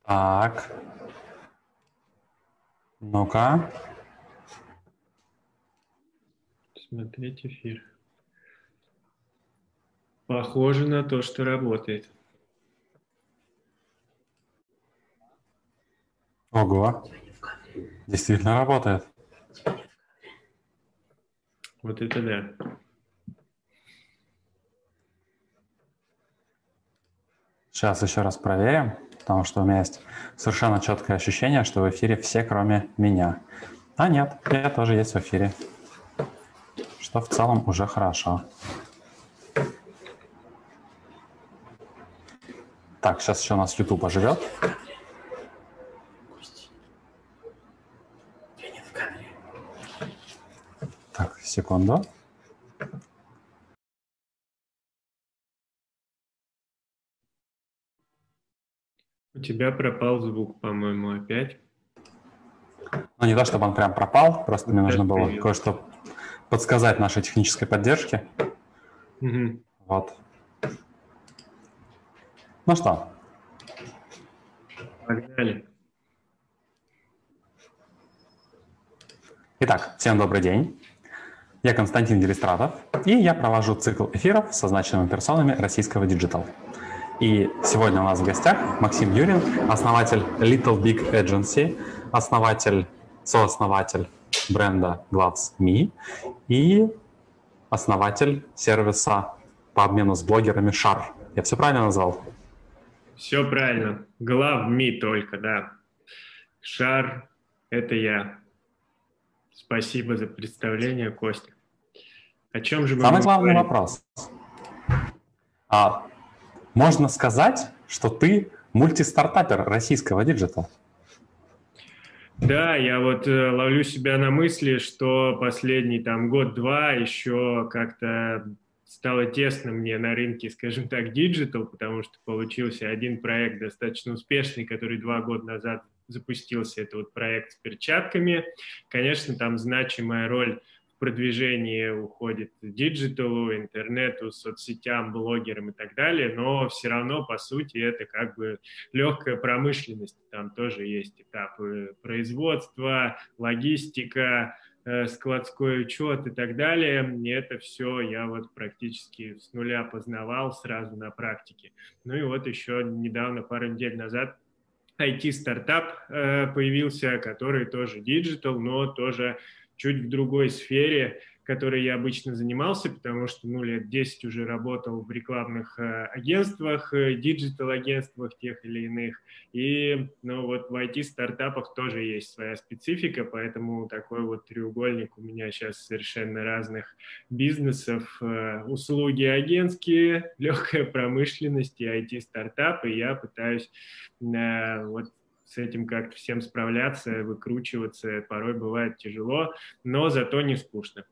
Так, ну-ка. Смотреть эфир. Похоже на то, что работает. Ого, действительно работает. Вот это да. Сейчас еще раз проверим, потому что у меня есть совершенно четкое ощущение, что в эфире все, кроме меня. А нет, я тоже есть в эфире, что в целом уже хорошо. Так, сейчас еще у нас YouTube оживет. Так, секунду. У тебя пропал звук, по-моему, опять. Ну, не то, чтобы он прям пропал, просто мне Вот нужно сейчас было появился. кое-что подсказать нашей технической поддержке. Мгм. Вот. Ну что, Погнали. итак, всем добрый день. Я Константин Делистратов, и я провожу цикл эфиров со значимыми персонами российского диджитал. И сегодня у нас в гостях Максим Юрин, основатель Little Big Agency, сооснователь бренда Gloves.me и основатель сервиса по обмену с блогерами Шар. Я все правильно назвал? Все правильно. Главми только, да. Шар — это я. Спасибо за представление, Костя. О чем же мы Самый будем главный говорить? вопрос. А можно сказать, что ты мультистартапер российского диджитала? Да, я вот ловлю себя на мысли, что последний там год-два еще как-то стало тесно мне на рынке, скажем так, диджитал, потому что получился один проект достаточно успешный, который 2 года назад запустился. Это вот проект с перчатками. Конечно, там значимая роль в продвижении уходит диджиталу, интернету, соцсетям, блогерам и так далее, но все равно, по сути, это как бы легкая промышленность, там тоже есть этапы производства, логистика, складской учет и так далее. И это все я вот практически с нуля познавал сразу на практике. Ну и вот еще недавно, пару недель назад, IT-стартап появился, который тоже диджитал, но тоже чуть в другой сфере, которой я обычно занимался, потому что лет 10 уже работал в рекламных агентствах, диджитал-агентствах тех или иных. И вот в IT-стартапах тоже есть своя специфика, поэтому такой вот треугольник у меня сейчас совершенно разных бизнесов, услуги агентские, легкая промышленность и IT-стартапы. И я пытаюсь вот с этим как-то всем справляться, выкручиваться. Порой бывает тяжело, но зато не скучно.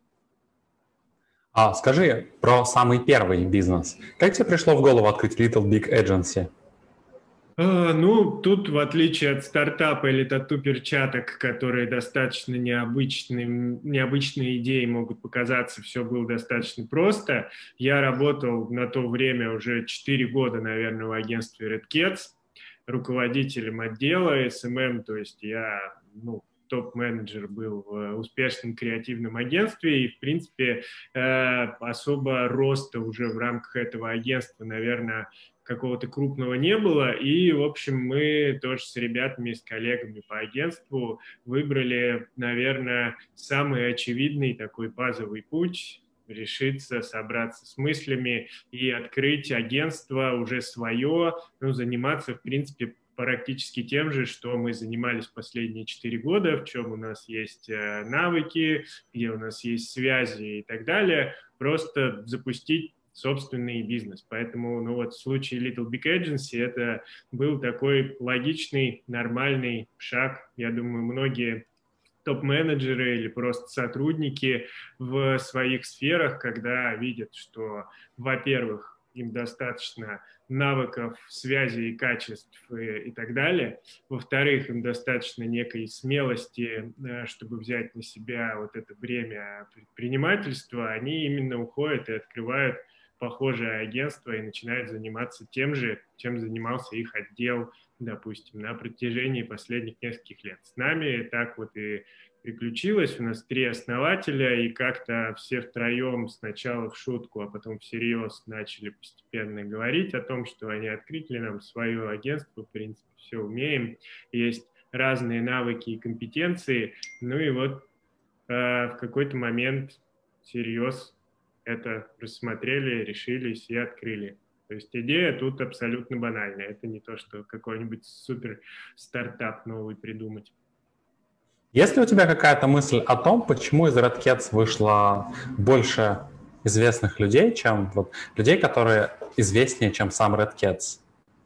А скажи про самый первый бизнес. Как тебе пришло в голову открыть Little Big Agency? Ну, тут, в отличие от стартапа или тату-перчаток, которые достаточно необычные идеи могут показаться, все было достаточно просто. Я работал на то время уже 4 года, наверное, в агентстве Red Cats, руководителем отдела SMM, то есть я, топ-менеджер был в успешном креативном агентстве, и, в принципе, особо роста уже в рамках этого агентства, наверное, какого-то крупного не было. И, в общем, мы тоже с ребятами, с коллегами по агентству выбрали, наверное, самый очевидный такой базовый путь: решиться, собраться с мыслями и открыть агентство уже свое, заниматься, в принципе, практически тем же, что мы занимались последние 4 года, в чем у нас есть навыки, где у нас есть связи и так далее, просто запустить собственный бизнес. Поэтому, в случае Little Big Agency это был такой логичный, нормальный шаг. Я думаю, многие топ-менеджеры или просто сотрудники в своих сферах, когда видят, что, во-первых, им достаточно навыков, связей, качеств и так далее. Во-вторых, им достаточно некой смелости, чтобы взять на себя вот это бремя предпринимательства. Они именно уходят и открывают похожее агентство и начинают заниматься тем же, чем занимался их отдел, допустим, на протяжении последних нескольких лет. С нами так вот и приключилось. У нас 3 основателя, и как-то все втроем сначала в шутку, а потом всерьез начали постепенно говорить о том, что они открыли нам свое агентство, в принципе, все умеем, есть разные навыки и компетенции. Ну и вот в какой-то момент всерьез это рассмотрели, решились и открыли. То есть идея тут абсолютно банальная. Это не то, что какой-нибудь супер стартап новый придумать. Есть ли у тебя какая-то мысль о том, почему из Red Cats вышло больше известных людей, чем вот людей, которые известнее, чем сам Red Cats?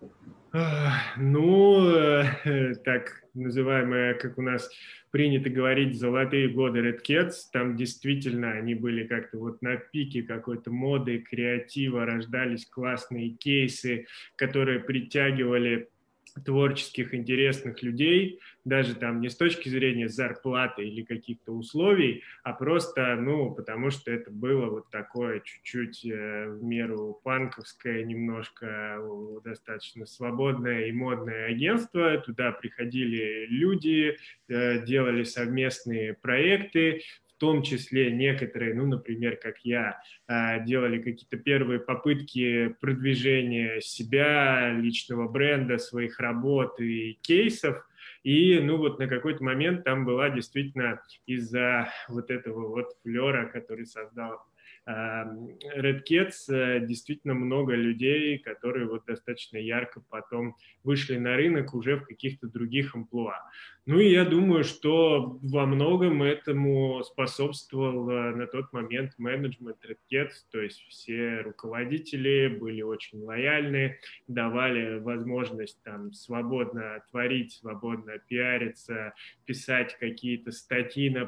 Ну, так называемые, как у нас принято говорить, золотые годы Red Cats, там действительно они были как-то вот на пике какой-то моды, креатива, рождались классные кейсы, которые притягивали творческих, интересных людей, даже там не с точки зрения зарплаты или каких-то условий, а просто, ну, потому что это было вот такое чуть-чуть в меру панковское, немножко достаточно свободное и модное агентство. Туда приходили люди, делали совместные проекты, в том числе некоторые, ну, например, как я, делали какие-то первые попытки продвижения себя, личного бренда, своих работ и кейсов. И, ну, вот на какой-то момент там была действительно из-за вот этого вот флера, который создал Red Cats, действительно много людей, которые вот достаточно ярко потом вышли на рынок уже в каких-то других амплуа. Ну и я думаю, что во многом этому способствовал на тот момент менеджмент Red Cats, то есть все руководители были очень лояльны, давали возможность там свободно творить, свободно пиариться, писать какие-то статьи на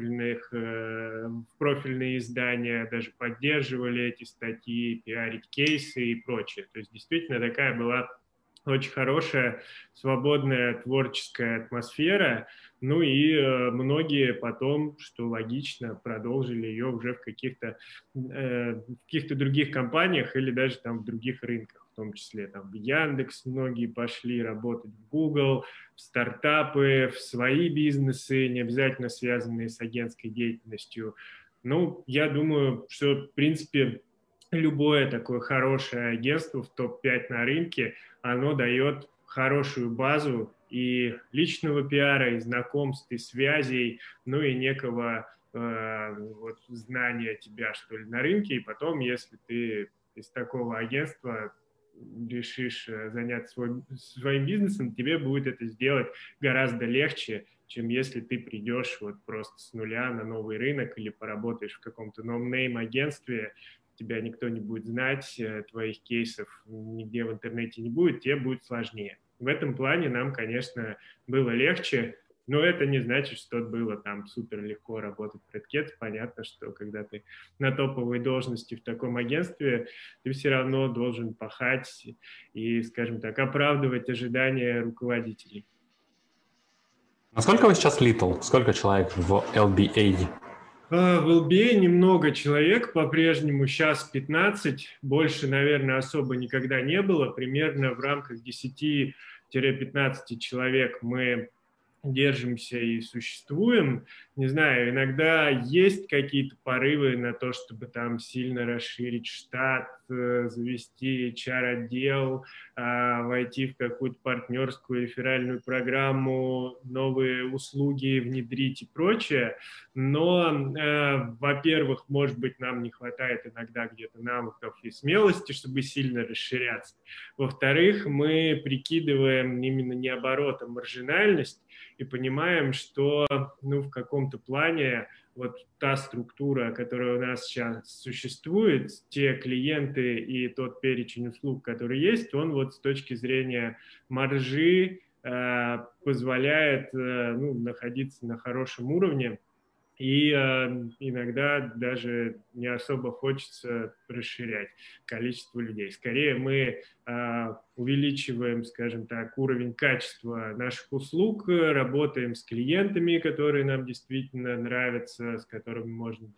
профильные издания, даже поддерживали эти статьи, пиарить кейсы и прочее. То есть действительно такая была очень хорошая, свободная творческая атмосфера. Ну и многие потом, что логично, продолжили ее уже в каких-то других компаниях или даже там в других рынках, в том числе там в Яндекс многие пошли работать, в Google, в стартапы, в свои бизнесы, не обязательно связанные с агентской деятельностью. Ну, я думаю, что, в принципе, любое такое хорошее агентство в топ-5 на рынке, оно дает хорошую базу и личного пиара, и знакомств, и связей, ну и некого вот, знания тебя, что ли, на рынке. И потом, если ты из такого агентства решишь заняться своим бизнесом, тебе будет это сделать гораздо легче, чем если ты придешь вот просто с нуля на новый рынок или поработаешь в каком-то ноунейм агентстве, тебя никто не будет знать, твоих кейсов нигде в интернете не будет, тебе будет сложнее. В этом плане нам, конечно, было легче, но это не значит, что было там супер легко работать в Red Cat. Понятно, что когда ты на топовой должности в таком агентстве, ты все равно должен пахать и, скажем так, оправдывать ожидания руководителей. Насколько вы сейчас Little? Сколько человек в LBA? В LBA немного человек по-прежнему, сейчас 15, больше, наверное, особо никогда не было. Примерно в рамках 10-15 человек мы держимся и существуем. Не знаю, иногда есть какие-то порывы на то, чтобы там сильно расширить штат, завести HR-отдел, войти в какую-то партнерскую реферальную программу, новые услуги внедрить и прочее. Но, во-первых, может быть, нам не хватает иногда где-то навыков и смелости, чтобы сильно расширяться. Во-вторых, мы прикидываем именно не оборот, а маржинальность, и понимаем, что ну, в каком-то плане вот та структура, которая у нас сейчас существует, те клиенты и тот перечень услуг, который есть, он вот с точки зрения маржи позволяет ну, находиться на хорошем уровне. И иногда даже не особо хочется расширять количество людей. Скорее мы увеличиваем, скажем так, уровень качества наших услуг, работаем с клиентами, которые нам действительно нравятся, с которыми можно делать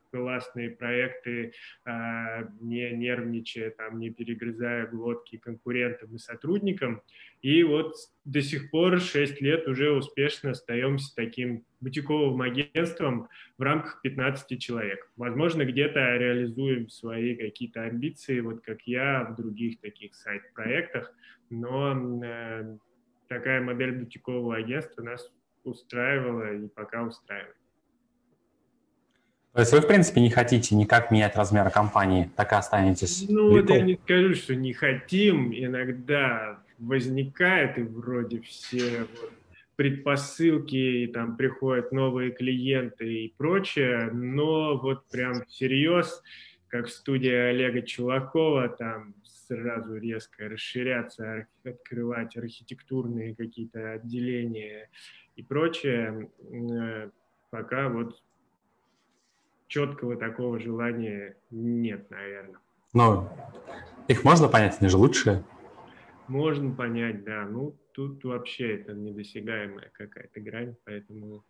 классные проекты, не нервничая, там, не перегрызая глотки конкурентам и сотрудникам. И вот до сих пор 6 лет уже успешно остаемся таким бутиковым агентством в рамках 15 человек. Возможно, где-то реализуем свои какие-то амбиции, вот как я, в других таких сайт-проектах, но такая модель бутикового агентства нас устраивала и пока устраивает. То есть вы, в принципе, не хотите никак менять размер компании, так и останетесь Ну, вот я Little? не скажу, что не хотим. Иногда возникает, и вроде все вот предпосылки, и там приходят новые клиенты и прочее, но вот прям всерьез, как в студии Олега Чулакова, там сразу резко расширяться, открывать архитектурные какие-то отделения и прочее, пока вот четкого такого желания нет, наверное. Ну, их можно понять, они же лучшие. Можно понять, да. Ну, тут вообще это недосягаемая какая-то грань, поэтому...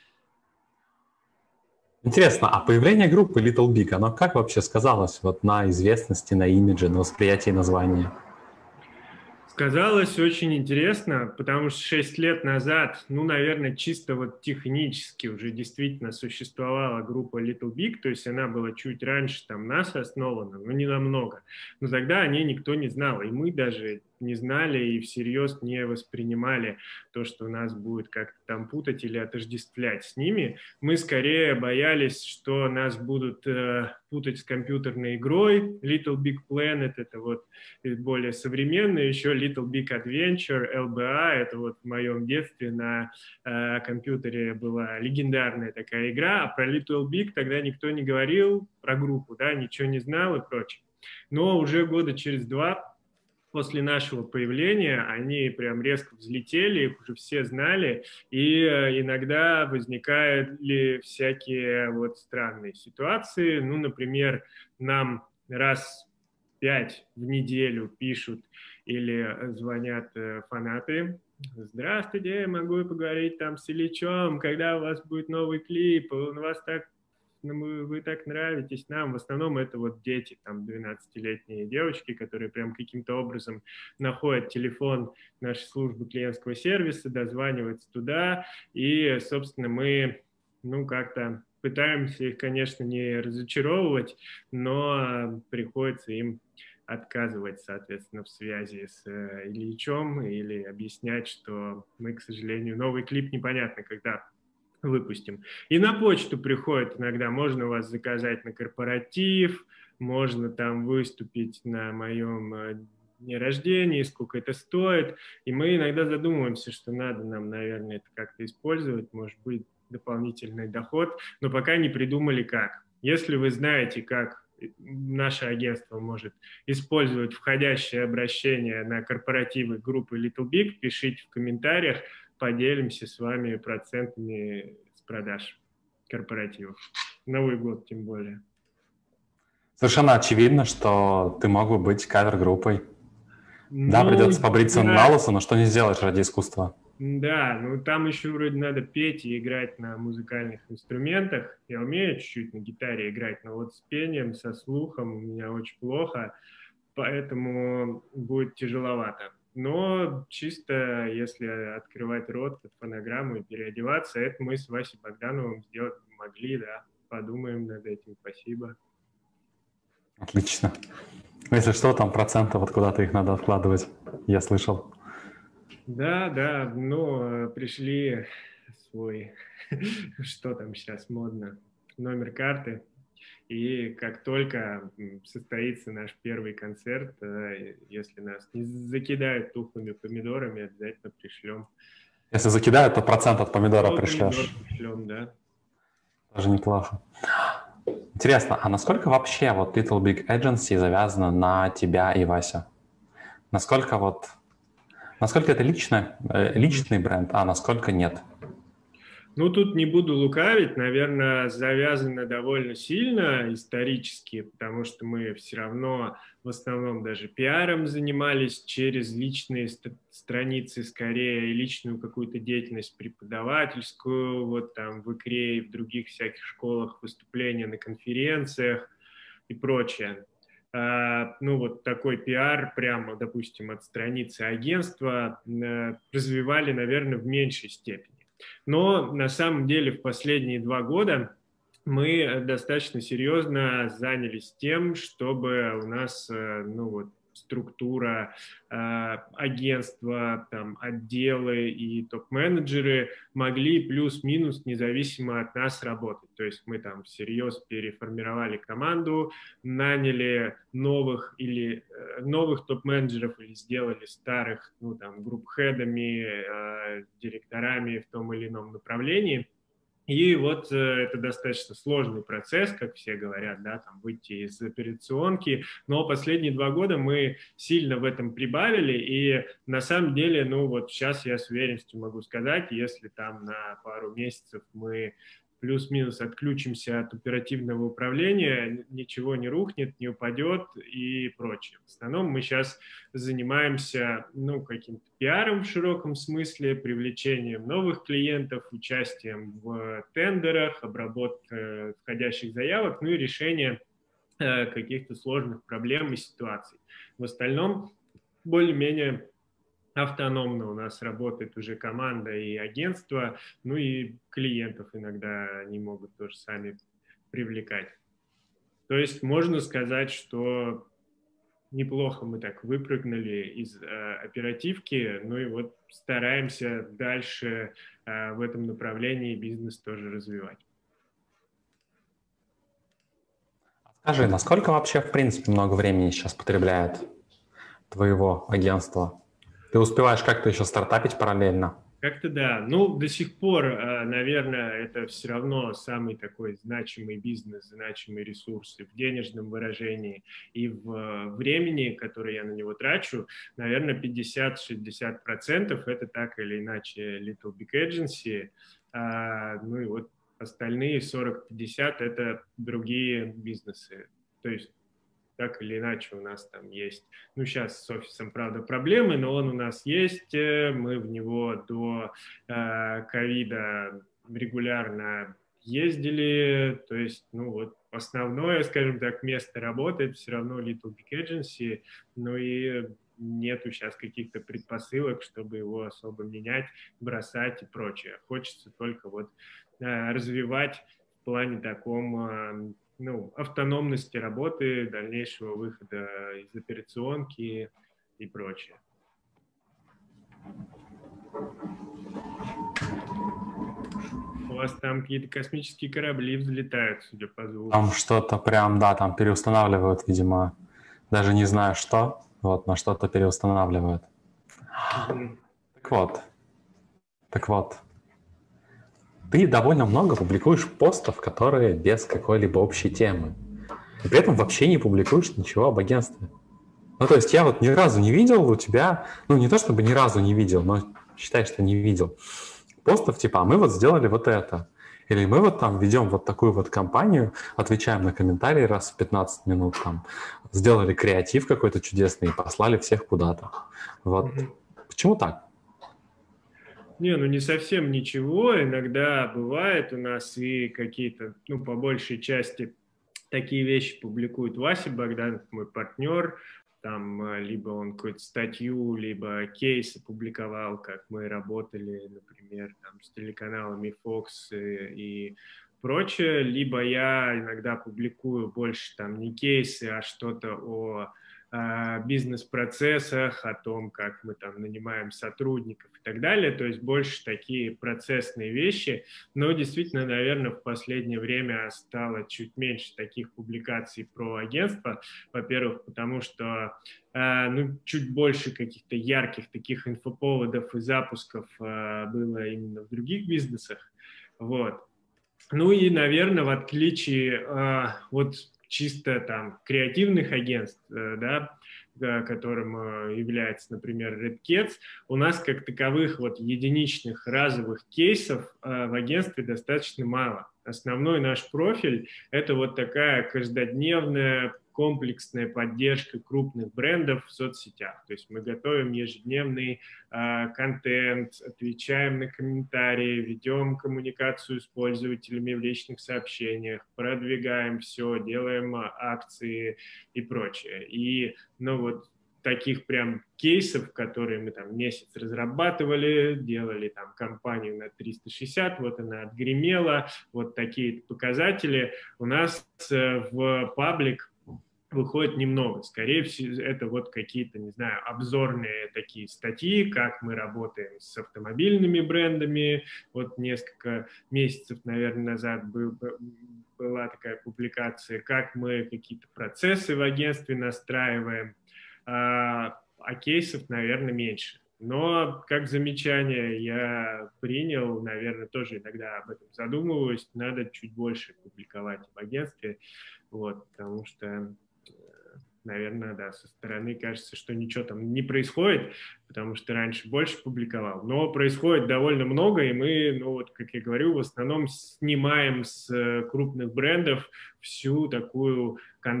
Интересно, а появление группы Little Big, оно как вообще сказалось вот на известности, на имидже, на восприятии названия? Сказалось очень интересно, потому что 6 лет назад, ну, наверное, чисто вот технически уже действительно существовала группа Little Big, то есть она была чуть раньше там нас основана, но не намного. Но тогда о ней никто не знал, и мы даже не знали и всерьез не воспринимали то, что нас будет как-то там путать или отождествлять с ними. Мы скорее боялись, что нас будут путать с компьютерной игрой. Little Big Planet — это вот более современная, еще Little Big Adventure, LBA — это вот в моем детстве на компьютере была легендарная такая игра, а про Little Big тогда никто не говорил, про группу, да, ничего не знал и прочее. Но уже года через 2 после нашего появления они прям резко взлетели, их уже все знали, и иногда возникали всякие вот странные ситуации. Ну, например, нам раз 5 в неделю пишут или звонят фанаты. Здравствуйте, могу я поговорить там с Ильичом, когда у вас будет новый клип, он у вас так, вы так нравитесь нам. В основном это вот дети, там 12-летние девочки, которые прям каким-то образом находят телефон нашей службы клиентского сервиса, дозваниваются туда, и, собственно, мы, ну, как-то пытаемся их, конечно, не разочаровывать, но приходится им отказывать, соответственно, в связи с Ильичом или объяснять, что мы, к сожалению, новый клип непонятно когда выпустим. И на почту приходит иногда, можно вас заказать на корпоратив, можно там выступить на моем дне рождения, сколько это стоит. И мы иногда задумываемся, что надо нам, наверное, это как-то использовать, может быть, дополнительный доход, но пока не придумали как. Если вы знаете, как наше агентство может использовать входящее обращение на корпоративы группы Little Big, пишите в комментариях, поделимся с вами процентами с продаж корпоративов. Новый год тем более. Совершенно очевидно, что ты мог бы быть кавер-группой. Ну, да, придется побриться да, на лысо, но что не сделаешь ради искусства. да, ну там еще вроде надо петь и играть на музыкальных инструментах. Я умею чуть-чуть на гитаре играть, но вот с пением, со слухом у меня очень плохо, поэтому будет тяжеловато. Но чисто если открывать рот под фонограмму и переодеваться, это мы с Васей Богдановым сделать могли, да. Подумаем над этим, спасибо. Отлично. Если что, там проценты, вот куда-то их надо откладывать, я слышал. Да, да, ну, пришли свой, что там сейчас модно, номер карты. И как только состоится наш первый концерт, если нас не закидают тухлыми помидорами, обязательно пришлем. Если закидают, то процент от помидора пришлешь. Помидор пришлем, да. Тоже неплохо. Интересно, а насколько вообще вот Little Big Agency завязана на тебя и Вася? Насколько это личный бренд, а насколько нет? Ну, тут не буду лукавить, наверное, завязано довольно сильно исторически, потому что мы все равно в основном даже пиаром занимались через личные страницы скорее, и личную какую-то деятельность преподавательскую, вот там в икре и в других всяких школах, выступления на конференциях и прочее. Ну, вот такой пиар прямо, допустим, от страницы агентства развивали, наверное, в меньшей степени. Но на самом деле в последние 2 года мы достаточно серьезно занялись тем, чтобы у нас, ну, вот, структура агентства, там, отделы и топ-менеджеры могли плюс-минус независимо от нас работать. То есть мы там всерьез переформировали команду, наняли новых топ-менеджеров или сделали старых, ну, там, групп-хедами, директорами в том или ином направлении. И вот это достаточно сложный процесс, как все говорят, да, там выйти из операционки, но последние 2 года мы сильно в этом прибавили, и на самом деле, ну вот сейчас я с уверенностью могу сказать, если там на пару месяцев мы плюс-минус отключимся от оперативного управления, ничего не рухнет, не упадет и прочее. В основном мы сейчас занимаемся, ну, каким-то пиаром в широком смысле, привлечением новых клиентов, участием в тендерах, обработкой входящих заявок, ну и решение каких-то сложных проблем и ситуаций. В остальном более-менее автономно у нас работает уже команда и агентство, ну и клиентов иногда они могут тоже сами привлекать. То есть можно сказать, что неплохо мы так выпрыгнули из оперативки, ну и вот стараемся дальше в этом направлении бизнес тоже развивать. Скажи, насколько вообще, в принципе, много времени сейчас потребляет твоего агентства? Ты успеваешь как-то еще стартапить параллельно? Как-то да. Ну, до сих пор, наверное, это все равно самый такой значимый бизнес, значимый ресурс и в денежном выражении, и в времени, которое я на него трачу. Наверное, 50-60% это так или иначе Little Big Agency. Ну и вот остальные 40-50% это другие бизнесы. То есть так или иначе у нас там есть, ну сейчас с офисом, правда, проблемы, но он у нас есть, мы в него до ковида регулярно ездили, то есть, ну вот основное, скажем так, место работы все равно Little Big Agency, ну и нету сейчас каких-то предпосылок, чтобы его особо менять, бросать и прочее. Хочется только вот развивать в плане таком, ну, автономности работы, дальнейшего выхода из операционки и прочее. У вас там какие-то космические корабли взлетают, судя по звуку. Там что-то прям, да, там переустанавливают, видимо, даже не знаю что, вот, но что-то переустанавливают. Так вот, ты довольно много публикуешь постов, которые без какой-либо общей темы. И при этом вообще не публикуешь ничего об агентстве. Ну, то есть я вот ни разу не видел у тебя, ну, не то чтобы ни разу не видел, но считай, что не видел, постов типа, а мы вот сделали вот это. Или мы вот там ведем вот такую вот кампанию, отвечаем на комментарии раз в 15 минут, там, сделали креатив какой-то чудесный и послали всех куда-то. Вот. Почему так? Не, ну не совсем ничего. Иногда бывает у нас и какие-то, ну, по большей части, такие вещи публикует Вася Богданов, мой партнер. Там либо он какую-то статью, либо кейс опубликовал, как мы работали, например, там, с телеканалами Fox и прочее. Либо я иногда публикую больше там не кейсы, а что-то о бизнес-процессах, о том, как мы там нанимаем сотрудников и так далее, то есть больше такие процессные вещи, но действительно, наверное, в последнее время стало чуть меньше таких публикаций про агентство, во-первых, потому что ну, чуть больше каких-то ярких таких инфоповодов и запусков было именно в других бизнесах, вот. Ну и, наверное, в отличие от чисто там креативных агентств, да, которым является, например, Red Cats, у нас как таковых вот единичных разовых кейсов в агентстве достаточно мало. Основной наш профиль – это вот такая каждодневная комплексная поддержка крупных брендов в соцсетях. То есть мы готовим ежедневный контент, отвечаем на комментарии, ведем коммуникацию с пользователями в личных сообщениях, продвигаем все, делаем акции и прочее. И, ну вот, таких прям кейсов, которые мы там месяц разрабатывали, делали там кампанию на 360, вот она отгремела, вот такие показатели. У нас в паблик выходит немного. Скорее всего, это вот какие-то, не знаю, обзорные такие статьи, как мы работаем с автомобильными брендами. Вот несколько месяцев, наверное, назад была такая публикация, как мы какие-то процессы в агентстве настраиваем, а кейсов, наверное, меньше. Но как замечание я принял, наверное, тоже иногда об этом задумываюсь, надо чуть больше публиковать в агентстве, вот, потому что, наверное, да, со стороны кажется, что ничего там не происходит, потому что раньше больше публиковал, но происходит довольно много, и мы, ну вот, как я говорю, в основном снимаем с крупных брендов всю такую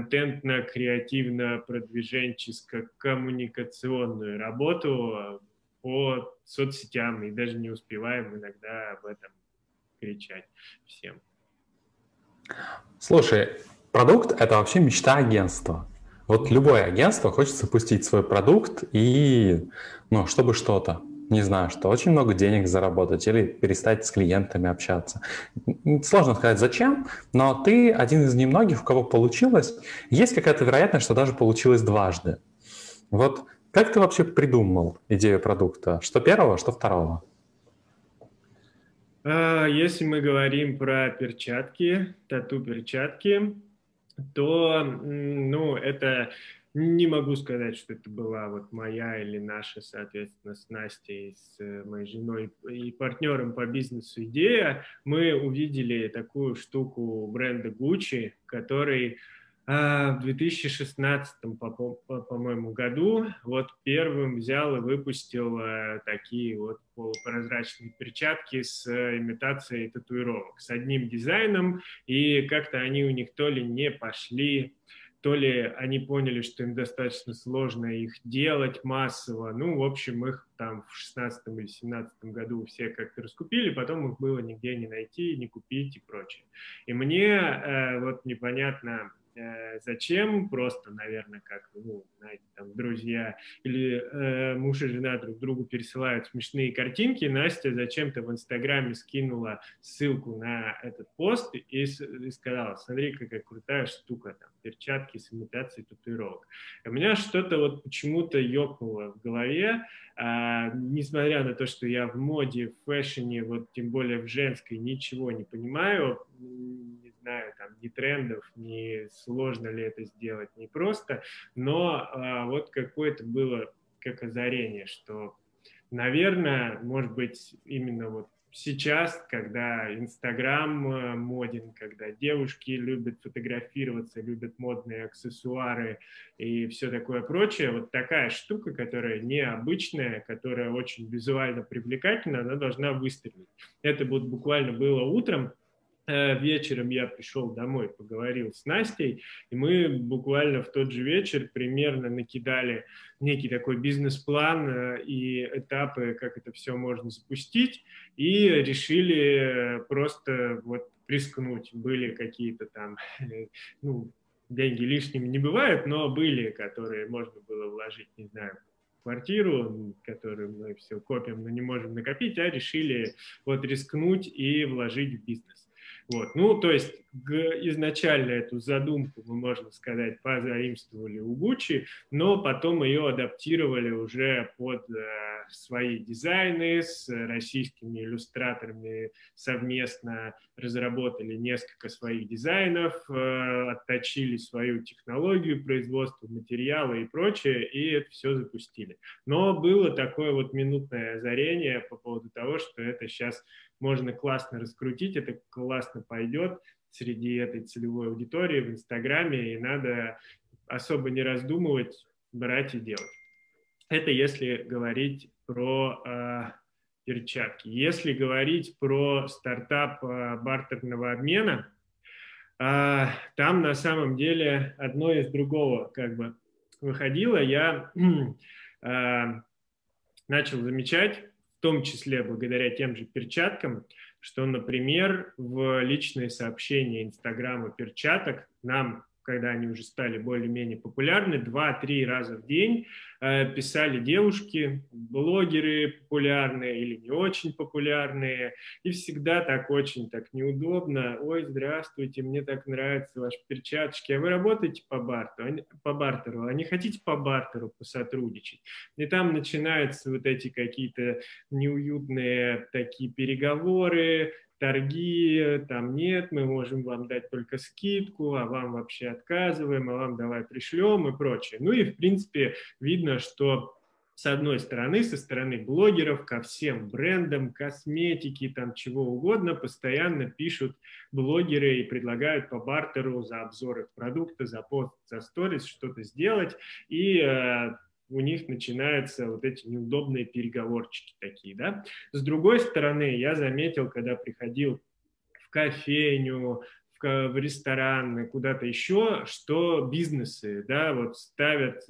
контентно-креативно-продвиженческо-коммуникационную работу по соцсетям, и даже не успеваем иногда об этом кричать всем. Слушай, продукт — это вообще мечта агентства. Вот любое агентство хочет запустить свой продукт и, ну, чтобы что-то, не знаю, что очень много денег заработать или перестать с клиентами общаться. Сложно сказать зачем, но ты один из немногих, у кого получилось. Есть какая-то вероятность, что даже получилось дважды. Вот как ты вообще придумал идею продукта? Что первого, что второго? Если мы говорим про перчатки, тату-перчатки, то, ну, это не могу сказать, что это была вот моя или наша, соответственно, с Настей, с моей женой и партнером по бизнесу идея. Мы увидели такую штуку бренда Gucci, который в 2016, по-моему, году вот первым взял и выпустил такие вот полупрозрачные перчатки с имитацией татуировок, с одним дизайном, и как-то они у них то ли не пошли, то ли они поняли, что им достаточно сложно их делать массово. Ну, в общем, их там в 16 или 17 году все как-то раскупили, потом их было нигде не найти, не купить и прочее. И мне вот непонятно, зачем, просто, наверное, как, ну, знаете, там, друзья или муж и жена друг другу пересылают смешные картинки, Настя зачем-то в Инстаграме скинула ссылку на этот пост и сказала: смотри, какая крутая штука, там, перчатки с имитацией татуировок. И у меня что-то вот почему-то ёкнуло в голове, несмотря на то, что я в моде, в фэшне, вот тем более в женской, ничего не понимаю, не знаю, там, ни трендов, ни сложно ли это сделать, не просто, но вот какое-то было как озарение, что, наверное, может быть, именно вот сейчас, когда Инстаграм моден, когда девушки любят фотографироваться, любят модные аксессуары и все такое прочее, вот такая штука, которая необычная, которая очень визуально привлекательна, она должна выстрелить. Это вот буквально было утром. Вечером я пришел домой, поговорил с Настей, и мы буквально в тот же вечер примерно накидали некий такой бизнес-план и этапы, как это все можно запустить, и решили просто вот рискнуть. Были какие-то там, ну, деньги лишними не бывают, но были, которые можно было вложить, не знаю, в квартиру, которую мы все копим, но не можем накопить, а решили вот рискнуть и вложить в бизнес. Вот. Ну, то есть изначально эту задумку, мы, можно сказать, позаимствовали у Gucci, но потом ее адаптировали уже под свои дизайны, с российскими иллюстраторами совместно разработали несколько своих дизайнов, отточили свою технологию производства материала и прочее, и это все запустили. Но было такое вот минутное озарение по поводу того, что это сейчас можно классно раскрутить, это классно пойдет среди этой целевой аудитории в Инстаграме, и надо особо не раздумывать, брать и делать. Это если говорить про перчатки. Если говорить про стартап бартерного обмена, Там на самом деле одно из другого как бы выходило. Я начал замечать, в том числе благодаря тем же перчаткам, что, например, в личные сообщения Инстаграма перчаток нам, когда они уже стали более-менее популярны, 2-3 раза в день писали девушки, блогеры популярные или не очень популярные, и всегда так очень так неудобно. Ой, здравствуйте, мне так нравятся ваши перчаточки, а вы работаете по бартеру, а не хотите по бартеру посотрудничать? И там начинаются вот эти какие-то неуютные такие переговоры, торги, там нет, мы можем вам дать только скидку, а вам вообще отказываем, а вам давай пришлем и прочее. Ну и, в принципе, видно, что с одной стороны, со стороны блогеров ко всем брендам, косметики, там чего угодно, постоянно пишут блогеры и предлагают по бартеру за обзор их продукта, за пост, за сторис что-то сделать. И у них начинаются вот эти неудобные переговорчики такие, да. С другой стороны, я заметил, когда приходил в кофейню, в ресторан, куда-то еще, что бизнесы, да, вот ставят,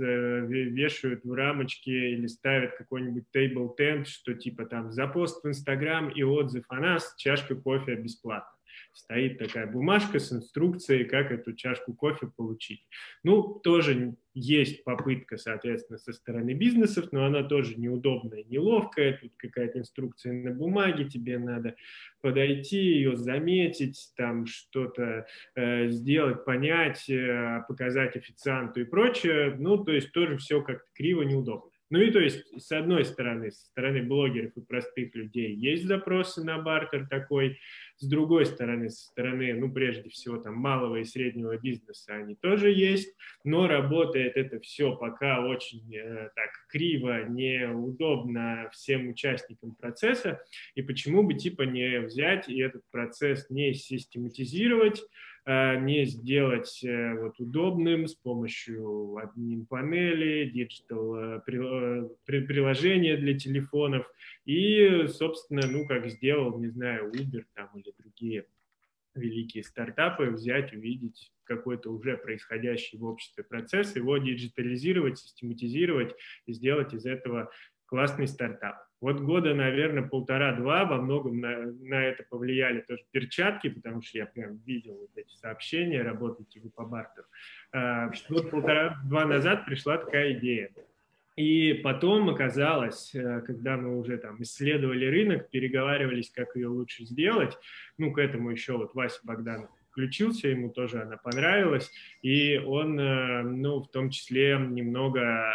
вешают в рамочки или ставят какой-нибудь table tent, что типа там за пост в Инстаграм и отзыв о нас чашка кофе бесплатно. Стоит такая бумажка с инструкцией, как эту чашку кофе получить. Ну, тоже есть попытка, соответственно, со стороны бизнесов, но она тоже неудобная, неловкая. Тут какая-то инструкция на бумаге, тебе надо подойти, ее заметить, там что-то сделать, понять, показать официанту и прочее. Ну, то есть тоже все как-то криво, неудобно. Ну и то есть, с одной стороны, со стороны блогеров и простых людей есть запросы на бартер такой, с другой стороны, со стороны, ну, прежде всего, там, малого и среднего бизнеса они тоже есть, но работает это все пока очень так криво, неудобно всем участникам процесса, и почему бы, типа, не взять и этот процесс не систематизировать, не сделать вот удобным с помощью админ-панели, диджитал приложения для телефонов и, собственно, ну, как сделал, не знаю, Uber там или другие великие стартапы, взять, увидеть какой-то уже происходящий в обществе процесс, его диджитализировать, систематизировать и сделать из этого классный стартап. Вот года, наверное, 1,5-2 во многом на это повлияли тоже перчатки, потому что я прям видел вот эти сообщения, работаете вы по бартеру. Вот 1,5-2 назад пришла такая идея. И потом оказалось, когда мы уже там исследовали рынок, переговаривались, как ее лучше сделать, ну, к этому еще вот Вася Богданов включился, ему тоже она понравилась, и он, ну, в том числе немного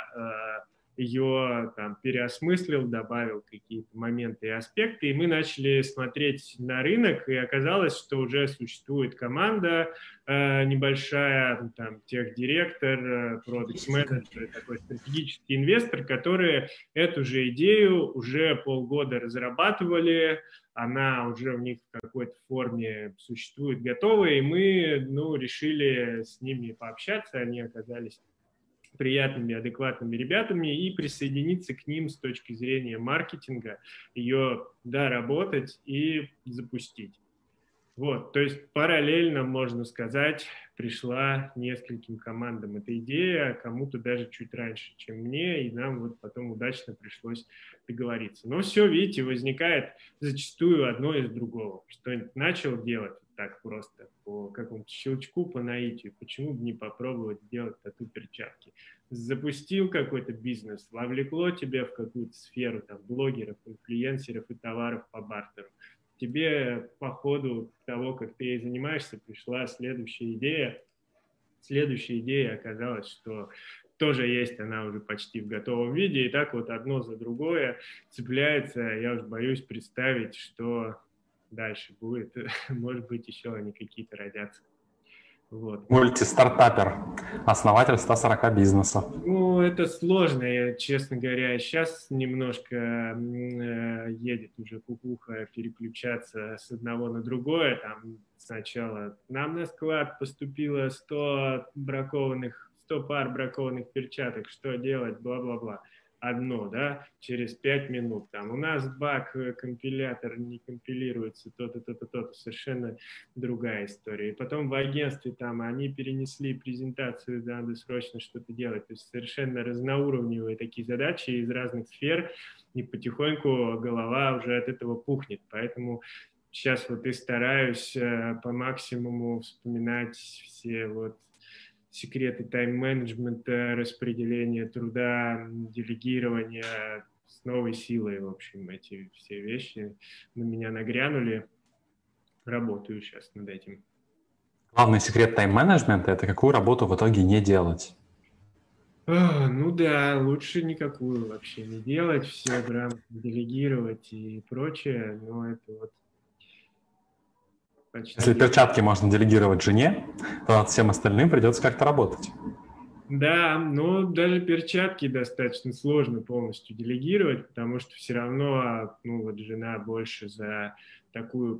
ее там переосмыслил, добавил какие-то моменты и аспекты, и мы начали смотреть на рынок, и оказалось, что уже существует команда небольшая, там, техдиректор, продакт-менеджер, такой стратегический инвестор, которые эту же идею уже полгода разрабатывали, она уже у них в какой-то форме существует готовая, и мы, ну, решили с ними пообщаться, они оказались приятными, адекватными ребятами и присоединиться к ним с точки зрения маркетинга, ее доработать и запустить. Вот, то есть параллельно, можно сказать, пришла нескольким командам эта идея, кому-то даже чуть раньше, чем мне, и нам вот потом удачно пришлось договориться. Но все, видите, возникает зачастую одно из другого. Что-нибудь начал делать так просто, по какому-то щелчку, по наитию, почему бы не попробовать сделать тату-перчатки. Запустил какой-то бизнес, вовлекло тебя в какую-то сферу там, блогеров, инфлюенсеров и товаров по бартеру. Тебе по ходу того, как ты ей занимаешься, пришла следующая идея. Следующая идея оказалась, что тоже есть она уже почти в готовом виде, и так вот одно за другое цепляется. Я уж боюсь представить, что дальше будет. Может быть, еще они какие-то родятся. Вот. Мультистартапер, основатель 140 бизнесов. Ну, это сложно, я, честно говоря. Сейчас немножко едет уже кукуха переключаться с одного на другое. Там сначала нам на склад поступило 100 пар бракованных перчаток, что делать, бла-бла-бла. одно, да, через 5 минут, там, у нас баг, компилятор не компилируется, то-то, то-то, то-то, совершенно другая история. И потом в агентстве там они перенесли презентацию, надо срочно что-то делать, то есть совершенно разноуровневые такие задачи из разных сфер, и потихоньку голова уже от этого пухнет, поэтому сейчас вот и стараюсь по максимуму вспоминать все вот секреты тайм-менеджмента, распределения труда, делегирования с новой силой, в общем, эти все вещи на меня нагрянули. Работаю сейчас над этим. Главный секрет тайм-менеджмента – это какую работу в итоге не делать. Ну да, лучше никакую вообще не делать, все грамотно делегировать и прочее, но это вот почти Если перчатки можно делегировать жене, то над всем остальным придется как-то работать. Да, но даже перчатки достаточно сложно полностью делегировать, потому что все равно, ну вот жена больше за такую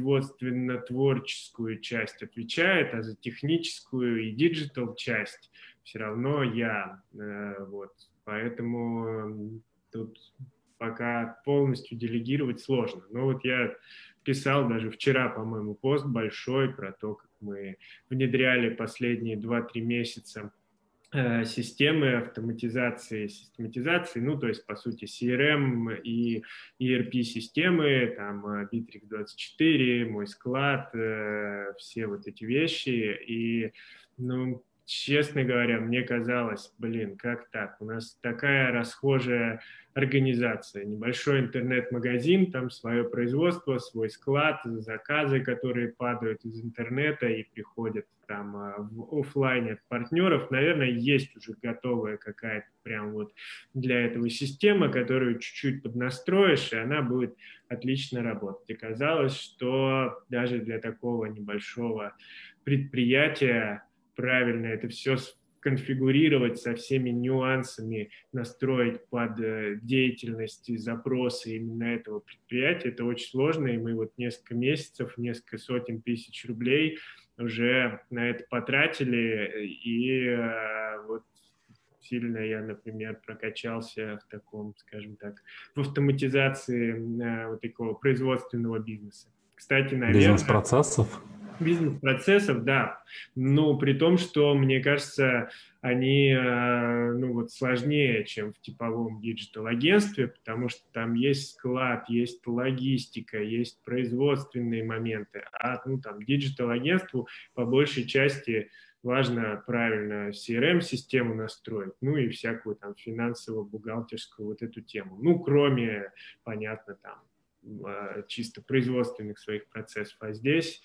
производственно-творческую часть отвечает, а за техническую и диджитал часть все равно я. Вот. Поэтому тут пока полностью делегировать сложно. Но вот я писал даже вчера, по-моему, пост большой про то, как мы внедряли последние 2-3 месяца системы автоматизации, систематизации, ну, то есть, по сути, CRM и ERP-системы, там, Bittrex24, мой склад, все вот эти вещи. И, ну, честно говоря, мне казалось, блин, как так? У нас такая расхожая организация, небольшой интернет-магазин, там свое производство, свой склад, заказы, которые падают из интернета и приходят там в офлайне от партнеров. Наверное, есть уже готовая какая-то прям вот для этого система, которую чуть-чуть поднастроишь, и она будет отлично работать. И казалось, что даже для такого небольшого предприятия правильно это все конфигурировать со всеми нюансами, настроить под деятельность и запросы именно этого предприятия. Это очень сложно, и мы вот несколько месяцев, несколько сотен тысяч рублей уже на это потратили, и вот сильно я, например, прокачался в таком, скажем так, в автоматизации вот такого производственного бизнеса. Кстати, наверное, Бизнес-процессов. бизнес-процессов, да, но при том, что, мне кажется, они ну, вот, сложнее, чем в типовом диджитал-агентстве, потому что там есть склад, есть логистика, есть производственные моменты, а ну, там, диджитал-агентству по большей части важно правильно CRM-систему настроить, ну и всякую там финансово-бухгалтерскую вот эту тему. Ну, кроме, понятно, там, чисто производственных своих процессов. А здесь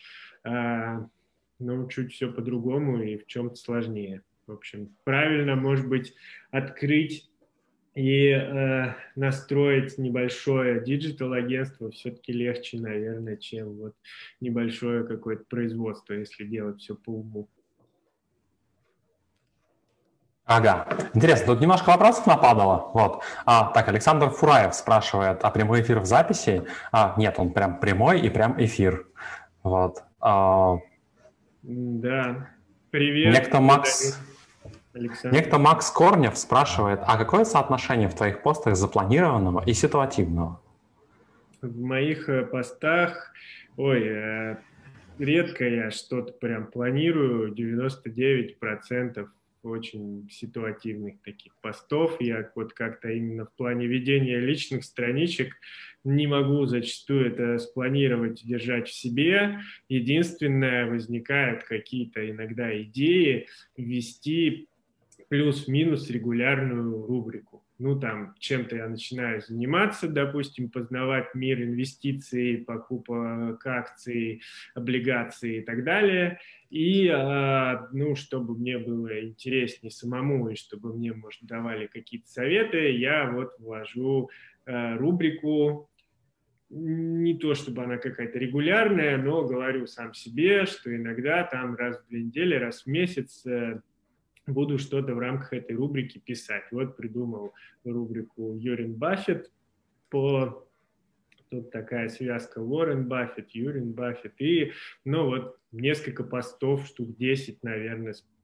ну, чуть все по-другому и в чем-то сложнее. В общем, правильно, может быть, открыть и настроить небольшое диджитал-агентство все-таки легче, наверное, чем вот небольшое какое-то производство, если делать все по уму. Ага. Интересно, тут немножко вопросов нападало. Вот. Так, Александр Фураев спрашивает, а прямой эфир в записи? Нет, он прям прямой и прям эфир. Вот. Да. Привет. Некто Макс, Александр. некто Макс Корнев спрашивает, а какое соотношение в твоих постах запланированного и ситуативного? В моих постах, редко я что-то прям планирую, 99% очень ситуативных таких постов. Я вот как-то именно в плане ведения личных страничек не могу зачастую это спланировать и держать в себе. Единственное, возникают какие-то иногда идеи ввести плюс-минус регулярную рубрику. Ну, там, чем-то я начинаю заниматься, допустим, познавать мир инвестиций, покупок акций, облигаций и так далее. И, ну, чтобы мне было интереснее самому, и чтобы мне, может, давали какие-то советы, я вот ввожу рубрику, не то чтобы она какая-то регулярная, но говорю сам себе, что иногда там раз в 2 недели, раз в месяц буду что-то в рамках этой рубрики писать. Вот придумал рубрику Юрин Баффет по... Тут такая связка Уоррен Баффет, Юрин Баффет. И, ну, вот несколько постов, штук 10, наверное,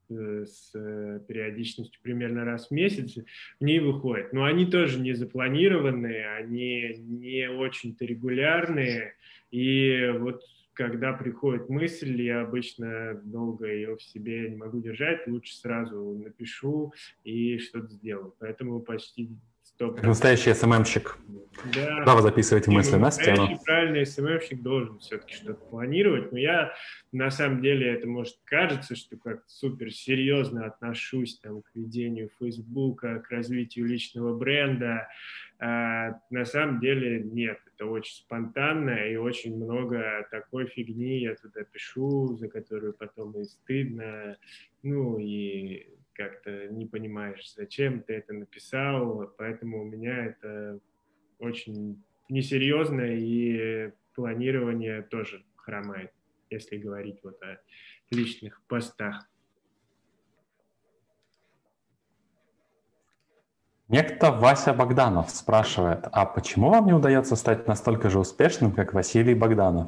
с периодичностью примерно раз в месяц в ней выходят. Но они тоже не запланированные, они не очень-то регулярные. И вот когда приходит мысль, я обычно долго ее в себе не могу держать, лучше сразу напишу и что-то сделаю. Поэтому почти Как 100%. настоящий СММщик. Куда Да, вы записываете не, мысли? ну, На стену? настоящий правильный СММщик должен все-таки что-то планировать, но я на самом деле, это может кажется, что как-то супер серьезно отношусь там, к ведению Фейсбука, к развитию личного бренда. На самом деле нет, это очень спонтанно и очень много такой фигни я туда пишу, за которую потом и стыдно, ну и как-то не понимаешь, зачем ты это написал, поэтому у меня это очень несерьезно, и планирование тоже хромает, если говорить вот о личных постах. Некто Вася Богданов спрашивает, а почему вам не удается стать настолько же успешным, как Василий Богданов?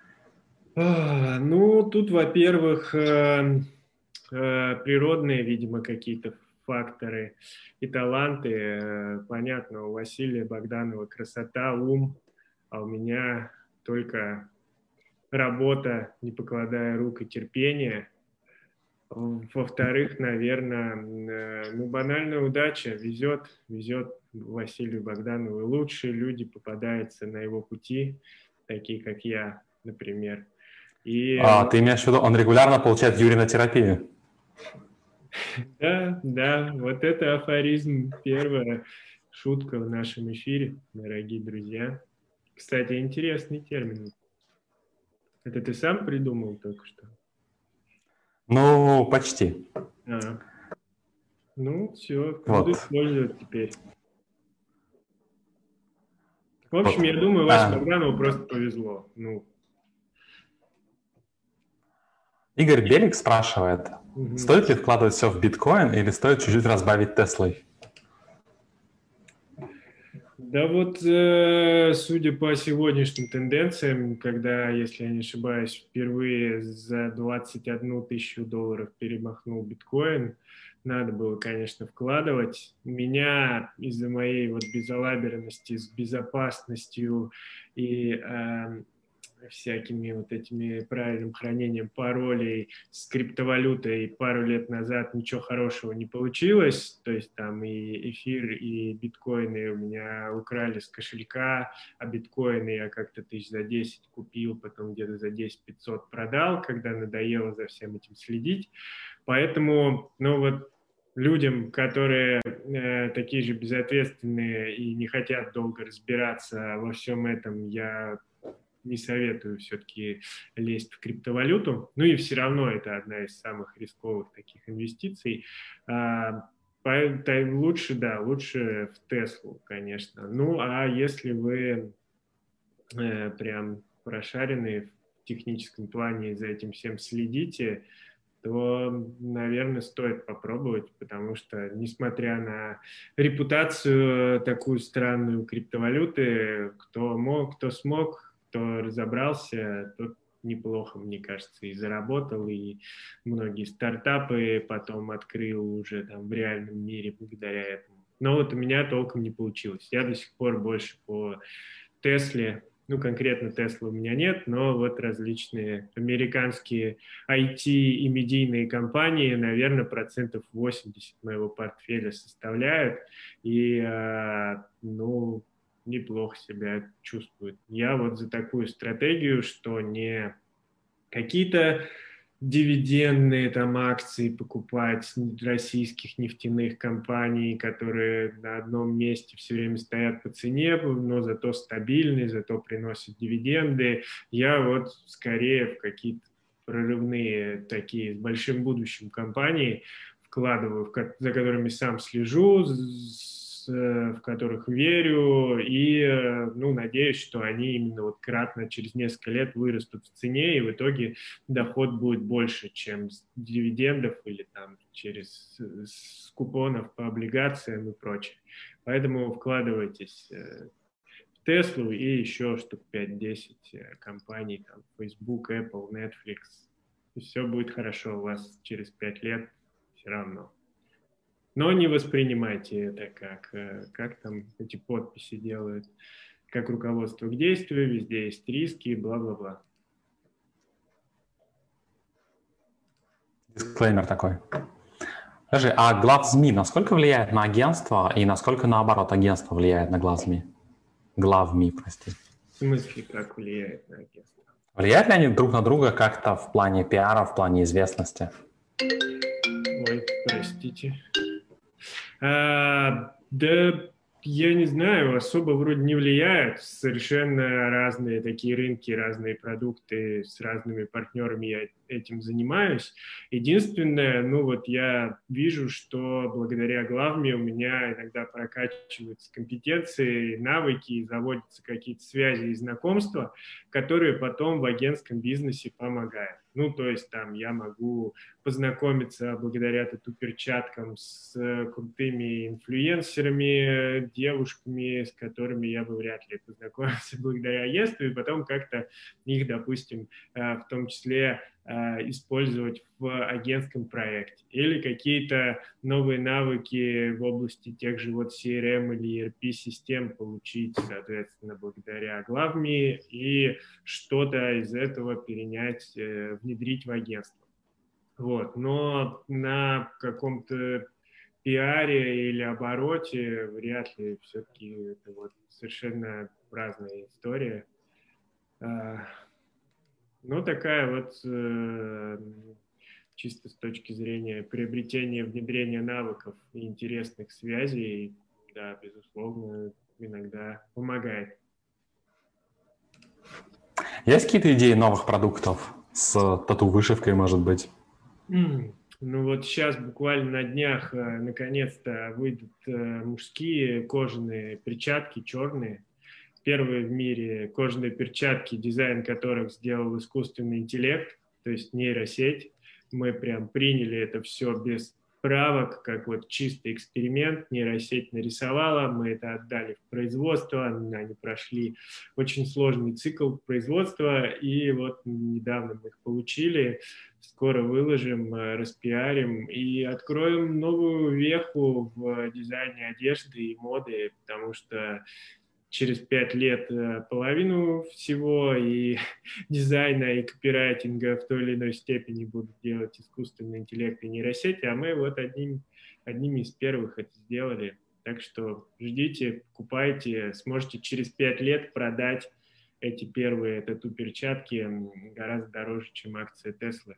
Ну, тут, во-первых, природные, видимо, какие-то факторы и таланты. Понятно, у Василия Богданова красота, ум, а у меня только работа, не покладая рук, и терпение. Во-вторых, наверное, ну, банальная удача. Везет Василию Богданову. И лучшие люди попадаются на его пути, такие как я, например. И Ты имеешь в виду, он регулярно получает юринотерапию? да, вот это афоризм, первая шутка в нашем эфире, дорогие друзья. Кстати, интересный термин. Это ты сам придумал только что? Ну, почти. А, ну, все, буду Вот. использовать теперь. В общем, Вот. я думаю, Васе Богданову просто повезло. Ну, Игорь Белик спрашивает, угу. стоит ли вкладывать все в биткоин или стоит чуть-чуть разбавить Теслой? Да вот, судя по сегодняшним тенденциям, когда, если я не ошибаюсь, впервые за 21 тысячу долларов перемахнул биткоин, надо было, конечно, вкладывать. Меня из-за моей вот безалаберности с безопасностью и всякими вот этими правильным хранением паролей с криптовалютой пару лет назад ничего хорошего не получилось. То есть там и эфир, и биткоины у меня украли с кошелька, а биткоины я как-то тысяч за 10 купил, потом где-то за 10-500 продал, когда надоело за всем этим следить. Поэтому, ну вот, людям, которые такие же безответственные и не хотят долго разбираться во всем этом, я не советую все-таки лезть в криптовалюту. Ну и все равно это одна из самых рисковых таких инвестиций. Лучше, да, лучше в Теслу, конечно. Ну, а если вы прям прошаренные в техническом плане и за этим всем следите, то, наверное, стоит попробовать, потому что, несмотря на репутацию такую странную криптовалюты, кто мог, кто смог, кто разобрался, тот неплохо, мне кажется, и заработал, и многие стартапы потом открыл уже там в реальном мире благодаря этому. Но вот у меня толком не получилось. Я до сих пор больше по Тесле, ну, конкретно Тесла у меня нет, но вот различные американские IT и медийные компании, наверное, процентов 80 моего портфеля составляют, и, ну, неплохо себя чувствуют. Я вот за такую стратегию, что не какие-то дивидендные там акции покупать российских нефтяных компаний, которые на одном месте все время стоят по цене, но зато стабильны, зато приносят дивиденды. Я вот скорее в какие-то прорывные такие с большим будущим компании вкладываю, за которыми сам слежу, в которых верю и, ну, надеюсь, что они именно вот кратно через несколько лет вырастут в цене, и в итоге доход будет больше, чем с дивидендов или там через с купонов по облигациям и прочее. Поэтому вкладывайтесь в Теслу и еще штук 5-10 компаний, там, Facebook, Apple, Netflix. И все будет хорошо у вас через 5 лет. все равно. Но не воспринимайте это как там эти подписи делают, как руководство к действию, везде есть риски, бла-бла-бла. Дисклеймер такой. Скажи, а глав СМИ насколько влияет на агентство и насколько, наоборот, агентство влияет на глав СМИ? Глав СМИ, прости. В смысле, как влияет на агентство? Влияют ли они друг на друга как-то в плане пиара, в плане известности? Ой, простите. Да, я не знаю, особо вроде не влияют. Совершенно разные такие рынки, разные продукты, с разными партнерами я этим занимаюсь. Единственное, ну вот я вижу, что благодаря главме у меня иногда прокачиваются компетенции, навыки, заводятся какие-то связи и знакомства, которые потом в агентском бизнесе помогают. Ну, то есть там я могу познакомиться благодаря тату-перчаткам с крутыми инфлюенсерами, девушками, с которыми я бы вряд ли познакомился благодаря агентству, и потом как-то их, допустим, в том числе использовать в агентском проекте. Или какие-то новые навыки в области тех же вот CRM или ERP-систем получить, соответственно, благодаря главме и что-то из этого перенять, внедрить в агентство. Вот. Но на каком-то пиаре или обороте вряд ли, все-таки это вот совершенно разная история. Ну, такая вот чисто с точки зрения приобретения, внедрения навыков и интересных связей, да, безусловно, иногда помогает. Есть какие-то идеи новых продуктов с тату-вышивкой, может быть? Ну вот сейчас буквально на днях наконец-то выйдут мужские кожаные перчатки, черные. Первые в мире кожаные перчатки, дизайн которых сделал искусственный интеллект, то есть нейросеть. Мы прям приняли это все без правок, как вот чистый эксперимент. Нейросеть нарисовала, мы это отдали в производство, они прошли очень сложный цикл производства, и вот недавно мы их получили. Скоро выложим, распиарим и откроем новую веху в дизайне одежды и моды, потому что через 5 лет половину всего и дизайна, и копирайтинга в той или иной степени будут делать искусственный интеллект и нейросети, а мы вот одними из первых это сделали. Так что ждите, покупайте, сможете через 5 лет продать эти первые тату-перчатки гораздо дороже, чем акция Теслы.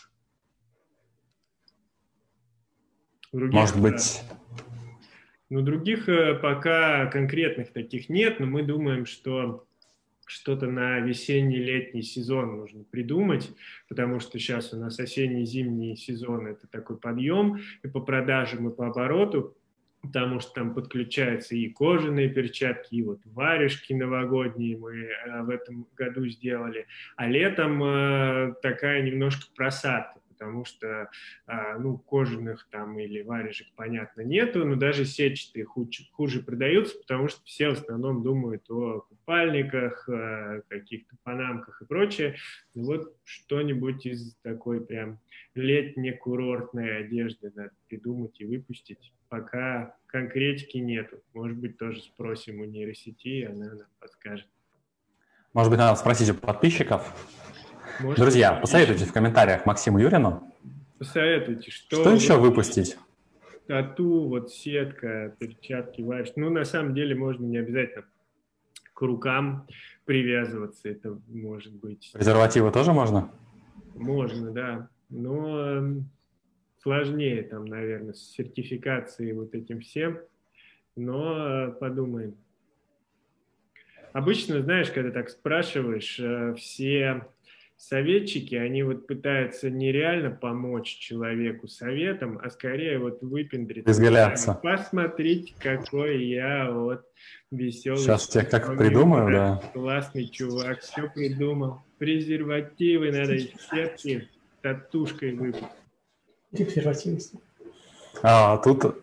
Может быть... Ну, других пока конкретных таких нет, но мы думаем, что что-то на весенний-летний сезон нужно придумать, потому что сейчас у нас осенне-зимний сезон – это такой подъем и по продажам, и по обороту, потому что там подключаются и кожаные перчатки, и вот варежки новогодние мы в этом году сделали, а летом такая немножко просадка, потому что, ну, кожаных там или варежек, понятно, нету, но даже сетчатые хуже продаются, потому что все в основном думают о купальниках, каких-то панамках и прочее. Вот что-нибудь из такой прям летне-курортной одежды надо придумать и выпустить. Пока конкретики нету. Может быть, тоже спросим у нейросети, она нам подскажет. Может быть, надо спросить у подписчиков. Может, друзья, посоветуйте в комментариях Максиму Юрину. Посоветуйте, что еще выпустить? Тату, вот сетка, перчатки, варежки. Ну, на самом деле, можно не обязательно к рукам привязываться. Это может быть... Презервативы тоже можно? Можно, да. Но сложнее там, наверное, с сертификацией вот этим всем. Но подумаем. Обычно, знаешь, когда так спрашиваешь, все советчики, они вот пытаются нереально помочь человеку советом, а скорее вот выпендриться. Изгаляться. Посмотрите, какой я вот веселый. Сейчас тебе как придумаю, да. Классный чувак, все придумал. Презервативы надо из сетки татушкой выпустить. Презервативы. Тут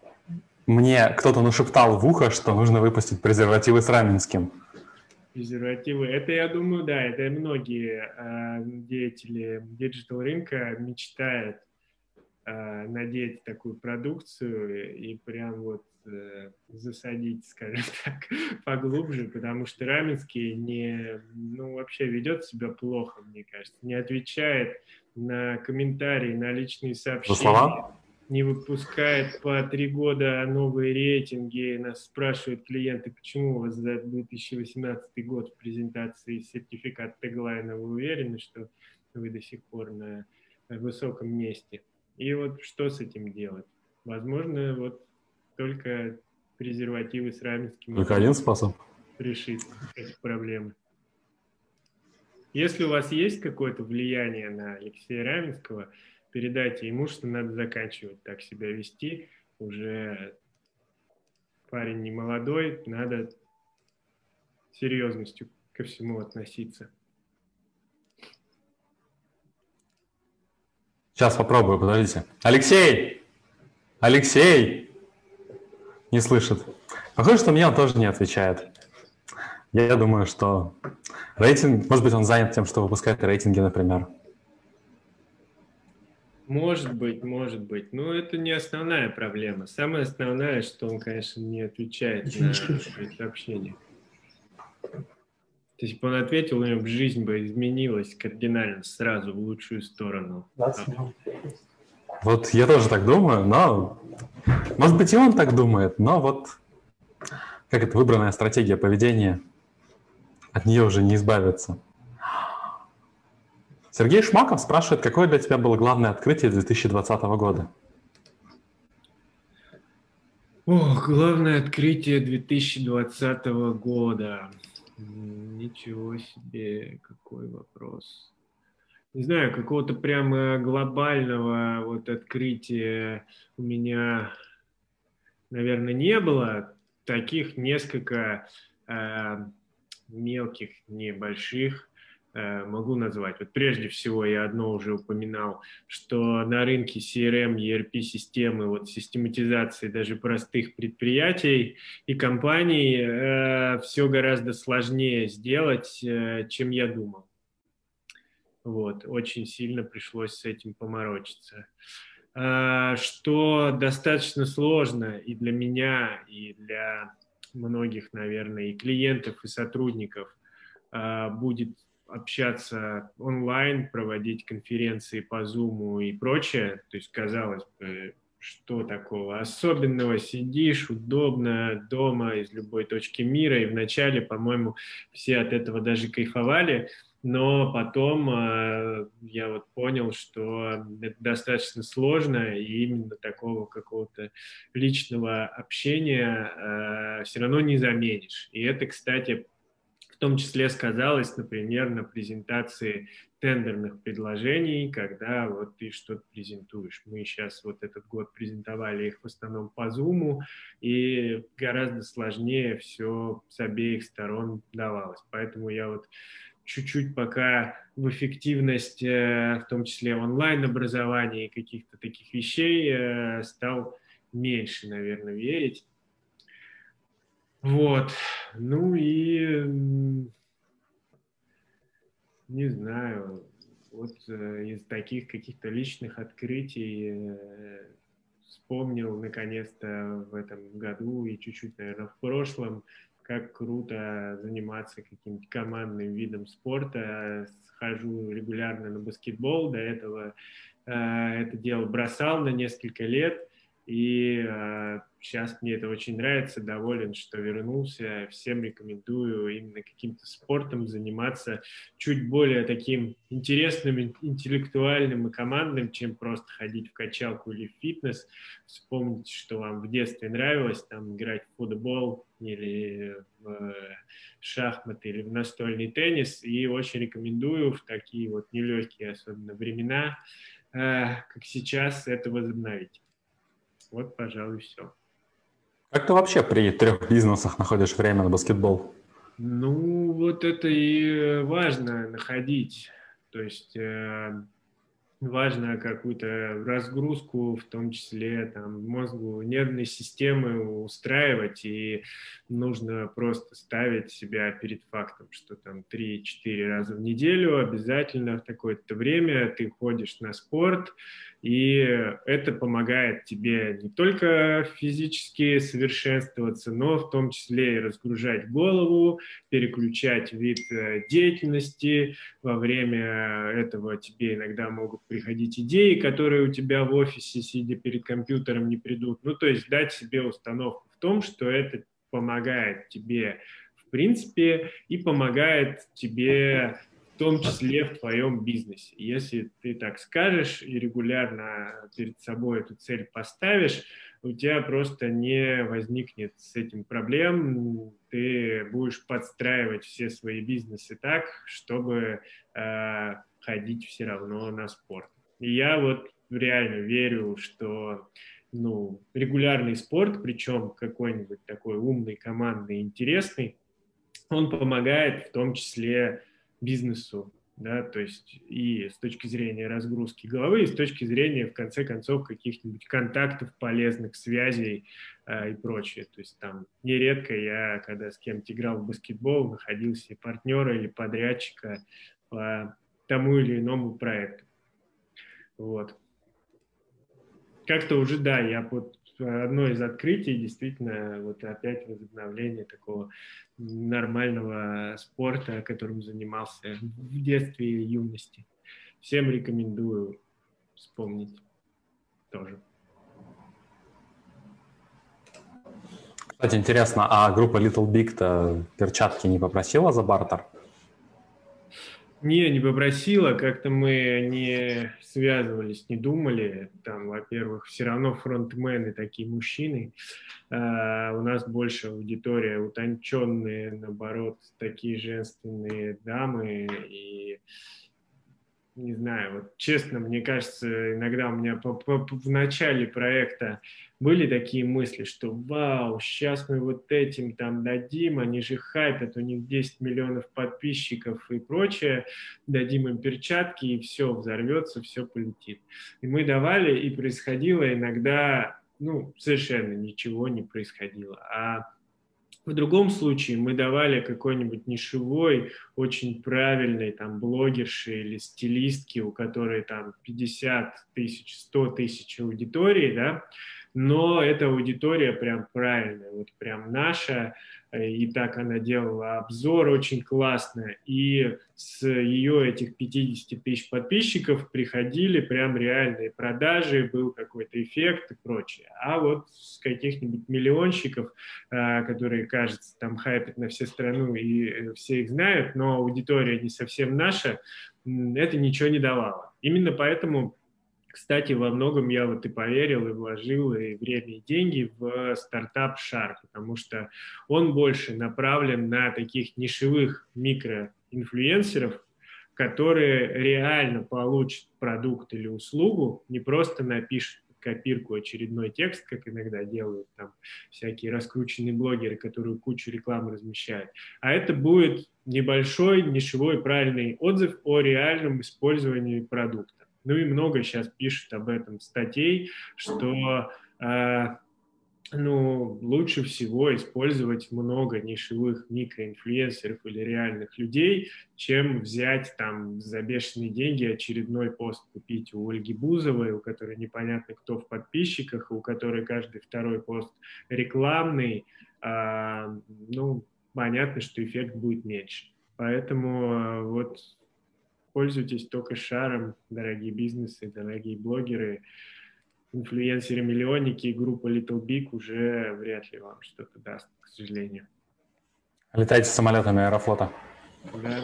мне кто-то нашептал в ухо, что нужно выпустить презервативы с Раменским. Презервативы. Это, я думаю, да, это многие деятели диджитал рынка мечтают надеть такую продукцию и прям вот засадить, скажем так, поглубже, потому что Раменский вообще ведет себя плохо, мне кажется, не отвечает на комментарии, на личные За сообщения, слова? не выпускает по 3 года новые рейтинги. Нас спрашивают клиенты, почему у вас за 2018 год в презентации сертификат теглайна, вы уверены, что вы до сих пор на высоком месте? И вот что с этим делать? Возможно, вот только презервативы с Раменским Только один способ. решит эти проблемы. Если у вас есть какое-то влияние на Алексея Раменского, передайте ему, что надо заканчивать так себя вести. Уже парень не молодой, надо серьезностью ко всему относиться. Сейчас попробую, подождите. Алексей! Алексей! Не слышит. Похоже, что мне он тоже не отвечает. Я думаю, что рейтинг... Может быть, он занят тем, что выпускает рейтинги, например. Может быть. Но это не основная проблема. Самая основная, что он, конечно, не отвечает на свои сообщения. То есть, если бы он ответил, у него жизнь бы изменилась кардинально сразу в лучшую сторону. 20 минут. Вот я тоже так думаю, но... Может быть, и он так думает, но вот... Как это выбранная стратегия поведения, от нее уже не избавиться. Сергей Шмаков спрашивает, какое для тебя было главное открытие 2020 года? Главное открытие 2020 года. Ничего себе, какой вопрос. Не знаю, какого-то прямо глобального вот открытия у меня, наверное, не было. Таких несколько мелких, небольших могу назвать. Вот прежде всего я одно уже упоминал, что на рынке CRM, ERP-системы, вот систематизации даже простых предприятий и компаний все гораздо сложнее сделать, чем я думал. Вот, очень сильно пришлось с этим поморочиться. Что достаточно сложно и для меня, и для многих, наверное, и клиентов, и сотрудников, будет общаться онлайн, проводить конференции по Zoom и прочее. То есть, казалось бы, что такого особенного? Сидишь удобно дома из любой точки мира, и вначале, по-моему, все от этого даже кайфовали. Но потом я вот понял, что это достаточно сложно, и именно такого какого-то личного общения все равно не заменишь. И это, кстати, в том числе сказалось, например, на презентации тендерных предложений, когда вот ты что-то презентуешь. Мы сейчас вот этот год презентовали их в основном по Zoom, и гораздо сложнее все с обеих сторон давалось. Поэтому я вот чуть-чуть пока в эффективность, в том числе онлайн-образования и каких-то таких вещей стал меньше, наверное, верить. Вот. Ну и не знаю, вот из таких каких-то личных открытий вспомнил наконец-то в этом году и чуть-чуть, наверное, в прошлом, как круто заниматься каким-то командным видом спорта. Схожу регулярно на баскетбол, до этого это дело бросал на несколько лет, и сейчас мне это очень нравится, доволен, что вернулся. Всем рекомендую именно каким-то спортом заниматься, чуть более таким интересным, интеллектуальным и командным, чем просто ходить в качалку или в фитнес. Вспомните, что вам в детстве нравилось, там играть в футбол или в шахматы или в настольный теннис. И очень рекомендую в такие вот нелегкие, особенно времена, как сейчас, это возобновить. Вот, пожалуй, все. Как ты вообще при 3 бизнесах находишь время на баскетбол? Ну, вот это и важно находить. То есть важно какую-то разгрузку, в том числе там, мозгу, нервной системы устраивать, и нужно просто ставить себя перед фактом, что там 3-4 раза в неделю обязательно в такое-то время ты ходишь на спорт, И это помогает тебе не только физически совершенствоваться, но в том числе и разгружать голову, переключать вид деятельности. Во время этого тебе иногда могут приходить идеи, которые у тебя в офисе, сидя перед компьютером, не придут. Ну, то есть дать себе установку в том, что это помогает тебе в принципе и помогает тебе в том числе в твоем бизнесе. Если ты так скажешь и регулярно перед собой эту цель поставишь, у тебя просто не возникнет с этим проблем. Ты будешь подстраивать все свои бизнесы так, чтобы ходить все равно на спорт. И я вот реально верю, что регулярный спорт, причем какой-нибудь такой умный, командный, интересный, он помогает в том числе бизнесу, да, то есть и с точки зрения разгрузки головы, и с точки зрения, в конце концов, каких-нибудь контактов, полезных связей и прочее. То есть там нередко я, когда с кем-то играл в баскетбол, находил себе партнера или подрядчика по тому или иному проекту. Вот. Как-то уже, да, я вот одно из открытий действительно вот опять возобновление такого нормального спорта, которым занимался в детстве и юности. Всем рекомендую вспомнить тоже. Кстати, интересно, а группа Little Big-то перчатки не попросила за бартер? Не попросила, как-то мы не связывались, не думали. Там, во-первых, все равно фронтмены такие мужчины. У нас больше аудитория утонченные, наоборот, такие женственные дамы. И не знаю, вот честно, мне кажется, иногда у меня в начале проекта были такие мысли, что вау, сейчас мы вот этим там дадим, они же хайпят, у них 10 миллионов подписчиков и прочее, дадим им перчатки, и все взорвется, все полетит. И мы давали, и происходило иногда, совершенно ничего не происходило. А в другом случае мы давали какой-нибудь нишевой, очень правильной там блогерши или стилистке, у которой там 50 тысяч, 100 тысяч аудитории, да, но эта аудитория прям правильная, вот прям наша, и так она делала обзор очень классно, и с ее этих 50 тысяч подписчиков приходили прям реальные продажи, был какой-то эффект и прочее. А вот с каких-нибудь миллионщиков, которые, кажется, там хайпят на всю страну и все их знают, но аудитория не совсем наша, это ничего не давало. Именно поэтому, кстати, во многом я вот и поверил, и вложил и время, и деньги в стартап Шар, потому что он больше направлен на таких нишевых микроинфлюенсеров, которые реально получат продукт или услугу, не просто напишут копирку очередной текст, как иногда делают там всякие раскрученные блогеры, которые кучу рекламы размещают, а это будет небольшой нишевой правильный отзыв о реальном использовании продукта. Ну и много сейчас пишут об этом статей, что лучше всего использовать много нишевых микроинфлюенсеров или реальных людей, чем взять там за бешеные деньги очередной пост купить у Ольги Бузовой, у которой непонятно кто в подписчиках, у которой каждый второй пост рекламный. Понятно, что эффект будет меньше. Поэтому вот пользуйтесь только Шаром, дорогие бизнесы, дорогие блогеры. Инфлюенсеры-миллионники и группа Little Big уже вряд ли вам что-то даст, к сожалению. Летайте самолетами Аэрофлота. Да.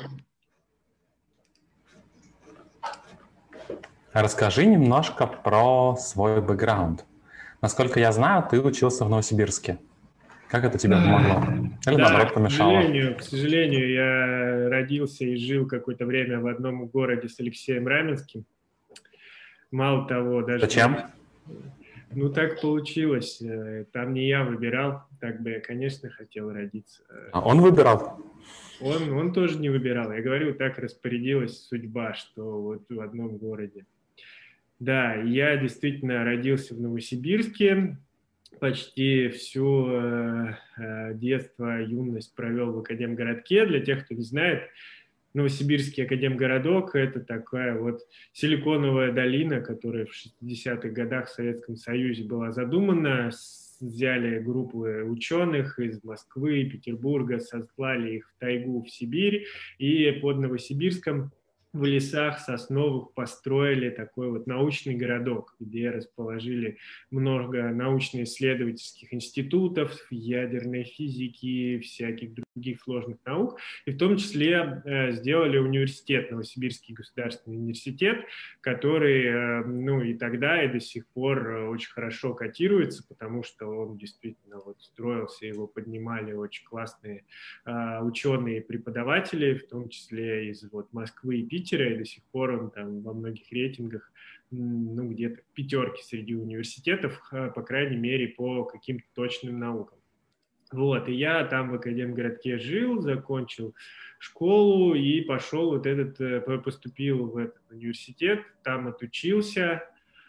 Расскажи немножко про свой бэкграунд. Насколько я знаю, ты учился в Новосибирске. Как это тебе помогло? Или наоборот помешало? К сожалению, я родился и жил какое-то время в одном городе с Алексеем Раменским. Мало того, даже... Зачем? Так получилось. Там не я выбирал. Так бы я, конечно, хотел родиться. А он выбирал? Он тоже не выбирал. Я говорю, так распорядилась судьба, что вот в одном городе. Да, я действительно родился в Новосибирске. Почти всю детство, юность провел в Академгородке. Для тех, кто не знает, Новосибирский академгородок – это такая вот силиконовая долина, которая в 60-х годах в Советском Союзе была задумана. Взяли группы ученых из Москвы, Петербурга, сослали их в тайгу, в Сибирь, и под Новосибирском в лесах сосновых построили такой вот научный городок, где расположили много научно-исследовательских институтов, ядерной физики, всяких других сложных наук, и в том числе сделали университет, Новосибирский государственный университет, который, ну, и тогда, и до сих пор очень хорошо котируется, потому что он действительно вот строился, его поднимали очень классные ученые и преподаватели, в том числе из вот Москвы и Питера, и до сих пор он там во многих рейтингах, ну, где-то в пятерке среди университетов, по крайней мере, по каким-то точным наукам. Вот, и я там в Академгородке жил, закончил школу и пошел поступил в этот университет, там отучился.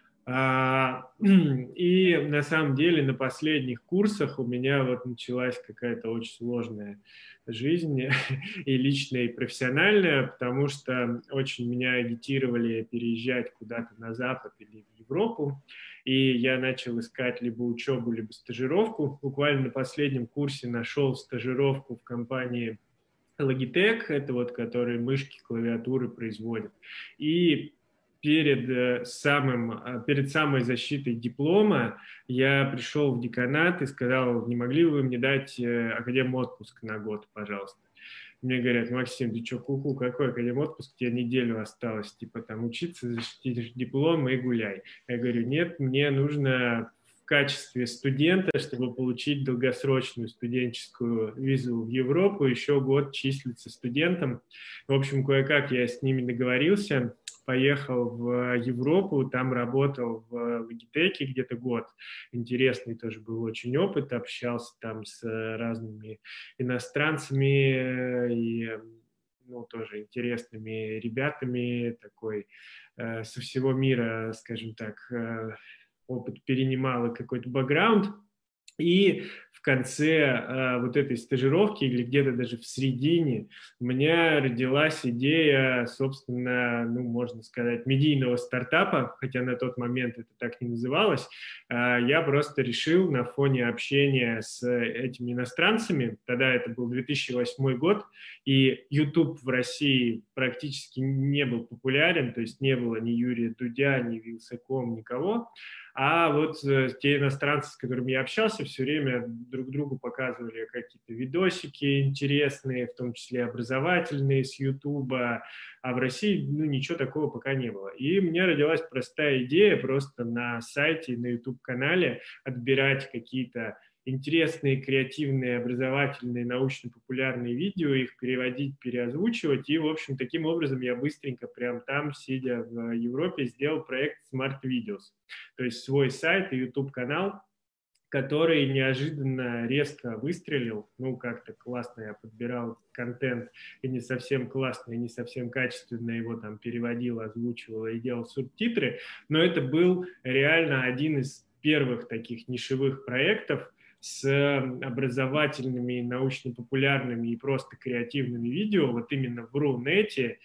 И на самом деле на последних курсах у меня вот началась какая-то очень сложная жизнь и личная, и профессиональная, потому что очень меня агитировали переезжать куда-то на Запад или в Европу, и я начал искать либо учебу, либо стажировку. Буквально на последнем курсе нашел стажировку в компании Logitech, это вот, которые мышки, клавиатуры производят. И перед самой защитой диплома я пришел в деканат и сказал: не могли бы вы мне дать академ-отпуск на год, пожалуйста. Мне говорят: Максим, ты что, куку, какой академ-отпуск, тебе неделю осталось, типа там учиться, защитить диплом и гуляй. Я говорю: нет, мне нужно в качестве студента, чтобы получить долгосрочную студенческую визу в Европу, еще год числиться студентом. В общем, кое-как я с ними договорился, поехал в Европу, там работал в Logitech где-то год. Интересный тоже был очень опыт, общался там с разными иностранцами и, ну, тоже интересными ребятами, такой со всего мира, скажем так, опыт перенимал и какой-то бэкграунд. И в конце вот этой стажировки, или где-то даже в середине, у меня родилась идея, собственно, ну, можно сказать, медийного стартапа, хотя на тот момент это так не называлось. Я просто решил на фоне общения с этими иностранцами, тогда это был 2008 год, и YouTube в России практически не был популярен, то есть не было ни Юрия Дудя, ни Вилсаком, никого. А вот те иностранцы, с которыми я общался, все время друг другу показывали какие-то видосики интересные, в том числе образовательные с Ютуба, а в России, ну, ничего такого пока не было. И у меня родилась простая идея просто на сайте, на YouTube-канале отбирать какие-то интересные, креативные, образовательные, научно-популярные видео, их переводить, переозвучивать. И, в общем, таким образом я быстренько прям там, сидя в Европе, сделал проект Smart Videos. То есть свой сайт и YouTube-канал, который неожиданно резко выстрелил. Ну, как-то классно я подбирал контент, и не совсем классно, и не совсем качественно его там переводил, озвучивал и делал субтитры. Но это был реально один из первых таких нишевых проектов с образовательными, научно-популярными и просто креативными видео, вот именно в Рунете.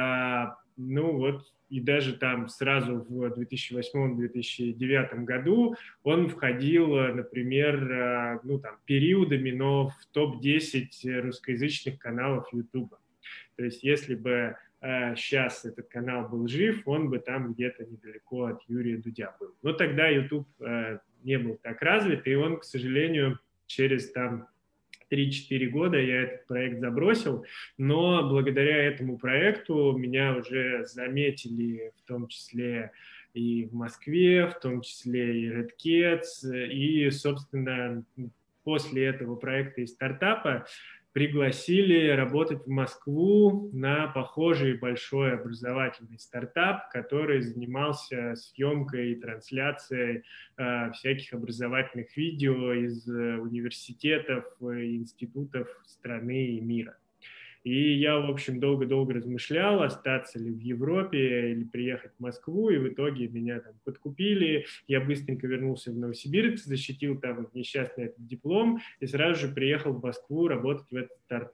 Ну вот, и даже там сразу в 2008-2009 году он входил, например, ну там периодами, но в топ-10 русскоязычных каналов YouTube. То есть если бы сейчас этот канал был жив, он бы там где-то недалеко от Юрия Дудя был. Но тогда YouTube не был так развит, и он, к сожалению, через там 3-4 года я этот проект забросил, но благодаря этому проекту меня уже заметили в том числе и в Москве, в том числе и Red Cats, и, собственно, после этого проекта и стартапа пригласили работать в Москву на похожий большой образовательный стартап, который занимался съемкой и трансляцией всяких образовательных видео из университетов и институтов страны и мира. И я, в общем, долго-долго размышлял, остаться ли в Европе или приехать в Москву, и в итоге меня там подкупили. Я быстренько вернулся в Новосибирск, защитил там несчастный этот диплом и сразу же приехал в Москву работать в этот стартап.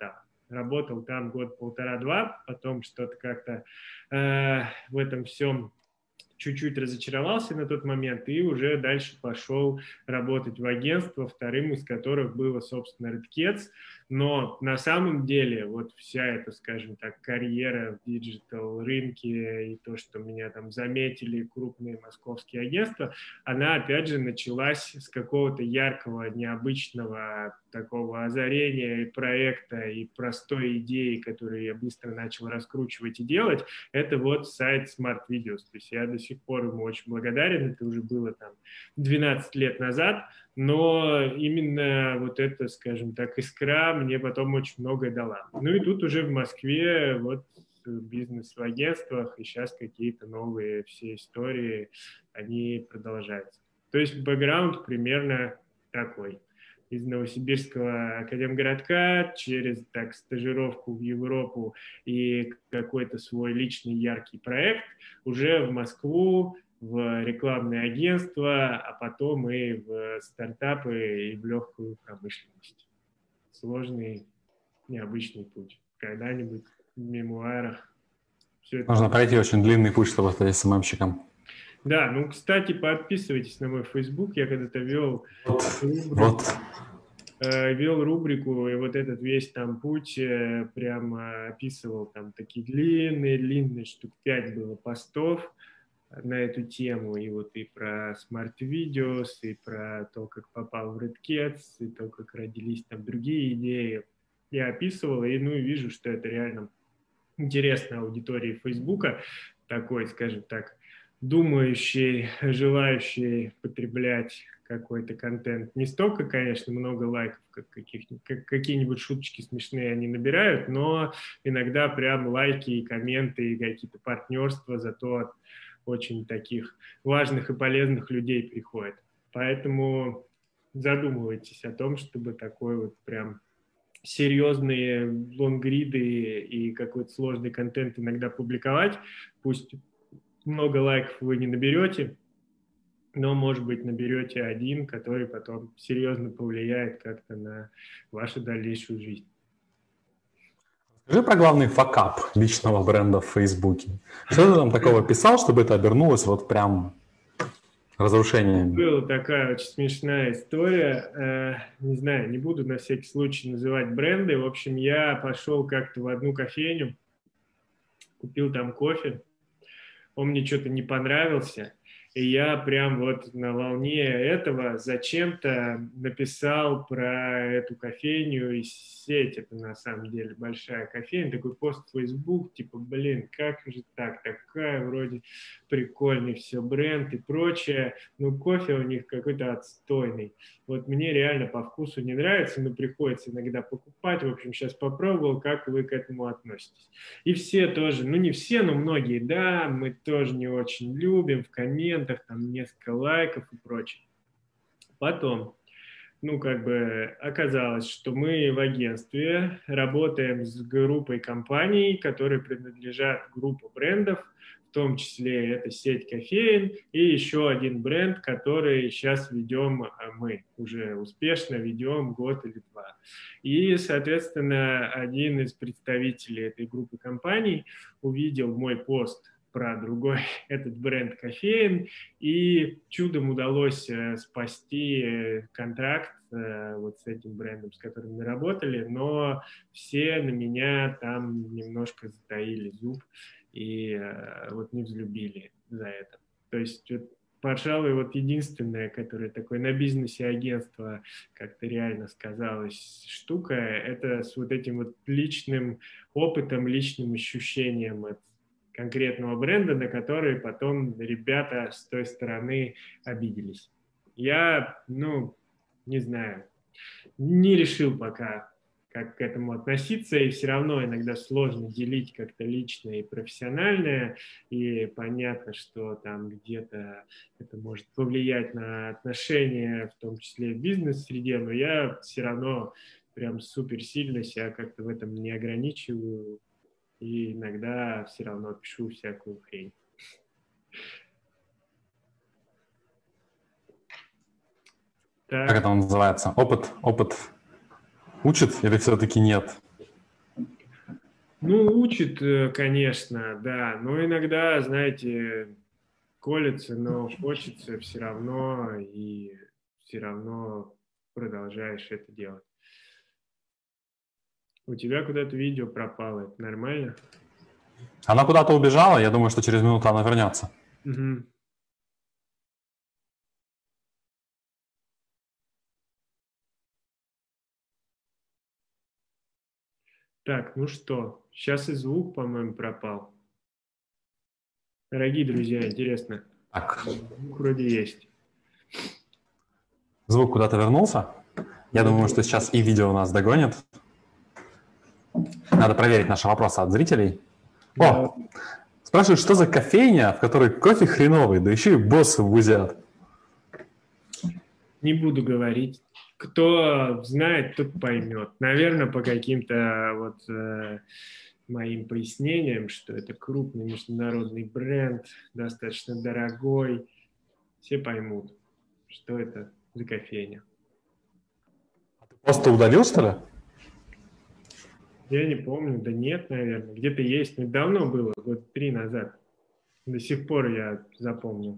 Работал там год, полтора-два, потом что-то как-то в этом всем чуть-чуть разочаровался на тот момент и уже дальше пошел работать в агентство, вторым из которых было, собственно, Redcats. Но на самом деле вот вся эта, скажем так, карьера в диджитал-рынке и то, что меня там заметили крупные московские агентства, она, опять же, началась с какого-то яркого, необычного такого озарения и проекта, и простой идеи, которую я быстро начал раскручивать и делать. Это вот сайт Smart Videos. То есть я до сих пор ему очень благодарен. Это уже было там 12 лет назад, но именно вот эта, скажем так, искра мне потом очень многое дала. Ну и тут уже в Москве вот бизнес в агентствах, и сейчас какие-то новые все истории, они продолжаются. То есть бэкграунд примерно такой. Из Новосибирского академгородка через так стажировку в Европу и какой-то свой личный яркий проект уже в Москву, в рекламное агентство, а потом и в стартапы, и в легкую промышленность. Сложный, необычный путь. Когда-нибудь в мемуарах все это... Нужно пройти очень длинный путь, чтобы стать СММщиком. Да, ну, кстати, подписывайтесь на мой Facebook. Я когда-то вел рубрику, и вот этот весь там путь прямо описывал, там такие длинные, штук 5 было постов на эту тему, и вот и про Smart Videos, и про то, как попал в Redcats, и то, как родились там другие идеи. Я описывал, и ну и вижу, что это реально интересно аудитории Фейсбука, такой, скажем так, думающий, желающий потреблять какой-то контент. Не столько, конечно, много лайков, как какие-нибудь шуточки смешные они набирают, но иногда прям лайки и комменты, и какие-то партнерства зато от очень таких важных и полезных людей приходят. Поэтому задумывайтесь о том, чтобы такой вот прям серьезные лонгриды и какой-то сложный контент иногда публиковать. Пусть много лайков вы не наберете, но, может быть, наберете один, который потом серьезно повлияет как-то на вашу дальнейшую жизнь. Скажи про главный факап личного бренда в Фейсбуке. Что ты там такого писал, чтобы это обернулось вот прям разрушением? Была такая очень смешная история. Не знаю, не буду на всякий случай называть бренды. В общем, я пошел как-то в одну кофейню, купил там кофе. Он мне что-то не понравился. И я прям вот на волне этого зачем-то написал про эту кофейню и сеть. Это на самом деле большая кофейня. Такой пост в Facebook, типа, блин, как же так? Такая вроде прикольный все бренд и прочее. Ну, кофе у них какой-то отстойный. Вот мне реально по вкусу не нравится, но приходится иногда покупать. В общем, сейчас попробовал, как вы к этому относитесь. И все тоже, ну не все, но многие, да, мы тоже не очень любим, в комментах там несколько лайков и прочее. Потом, ну как бы оказалось, что мы в агентстве работаем с группой компаний, которые принадлежат группе брендов, в том числе это сеть кофеен и еще один бренд, который сейчас ведем мы, уже успешно ведем год или два. И, соответственно, один из представителей этой группы компаний увидел мой пост про другой этот бренд кофеин, и чудом удалось спасти контракт вот с этим брендом, с которым мы работали, но все на меня там немножко затаили зуб и вот не взлюбили за это. То есть, пожалуй, вот единственное, которое такое на бизнесе агентства как-то реально сказалась штука, это с вот этим вот личным опытом, личным ощущением от конкретного бренда, на который потом ребята с той стороны обиделись. Я, ну, не знаю, не решил пока, как к этому относиться, и все равно иногда сложно делить как-то личное и профессиональное, и понятно, что там где-то это может повлиять на отношения, в том числе в бизнес-среде, но я все равно прям супер сильно себя как-то в этом не ограничиваю, и иногда все равно пишу всякую хрень. Как это называется? Опыт учит или все-таки нет? Ну, учит, конечно, да, но иногда, знаете, колется, но хочется все равно, и все равно продолжаешь это делать. У тебя куда-то видео пропало, это нормально? Она куда-то убежала, я думаю, что через минуту она вернется. Угу. Так, ну что, сейчас и звук, по-моему, пропал. Дорогие друзья, интересно. Так, Звук вроде есть. звук куда-то вернулся. Я думаю, что сейчас и видео у нас догонит. Надо проверить наши вопросы от зрителей. Да. О, спрашивают, что за кофейня, в которой кофе хреновый, да еще и боссы бузят. Не буду говорить. Кто знает, тот поймет. Наверное, по каким-то вот моим пояснениям, что это крупный международный бренд, достаточно дорогой, все поймут, что это за кофейня. Просто удалил, что ли? Я не помню, да нет, наверное, где-то есть, но давно было, год 3 назад. До сих пор я запомнил.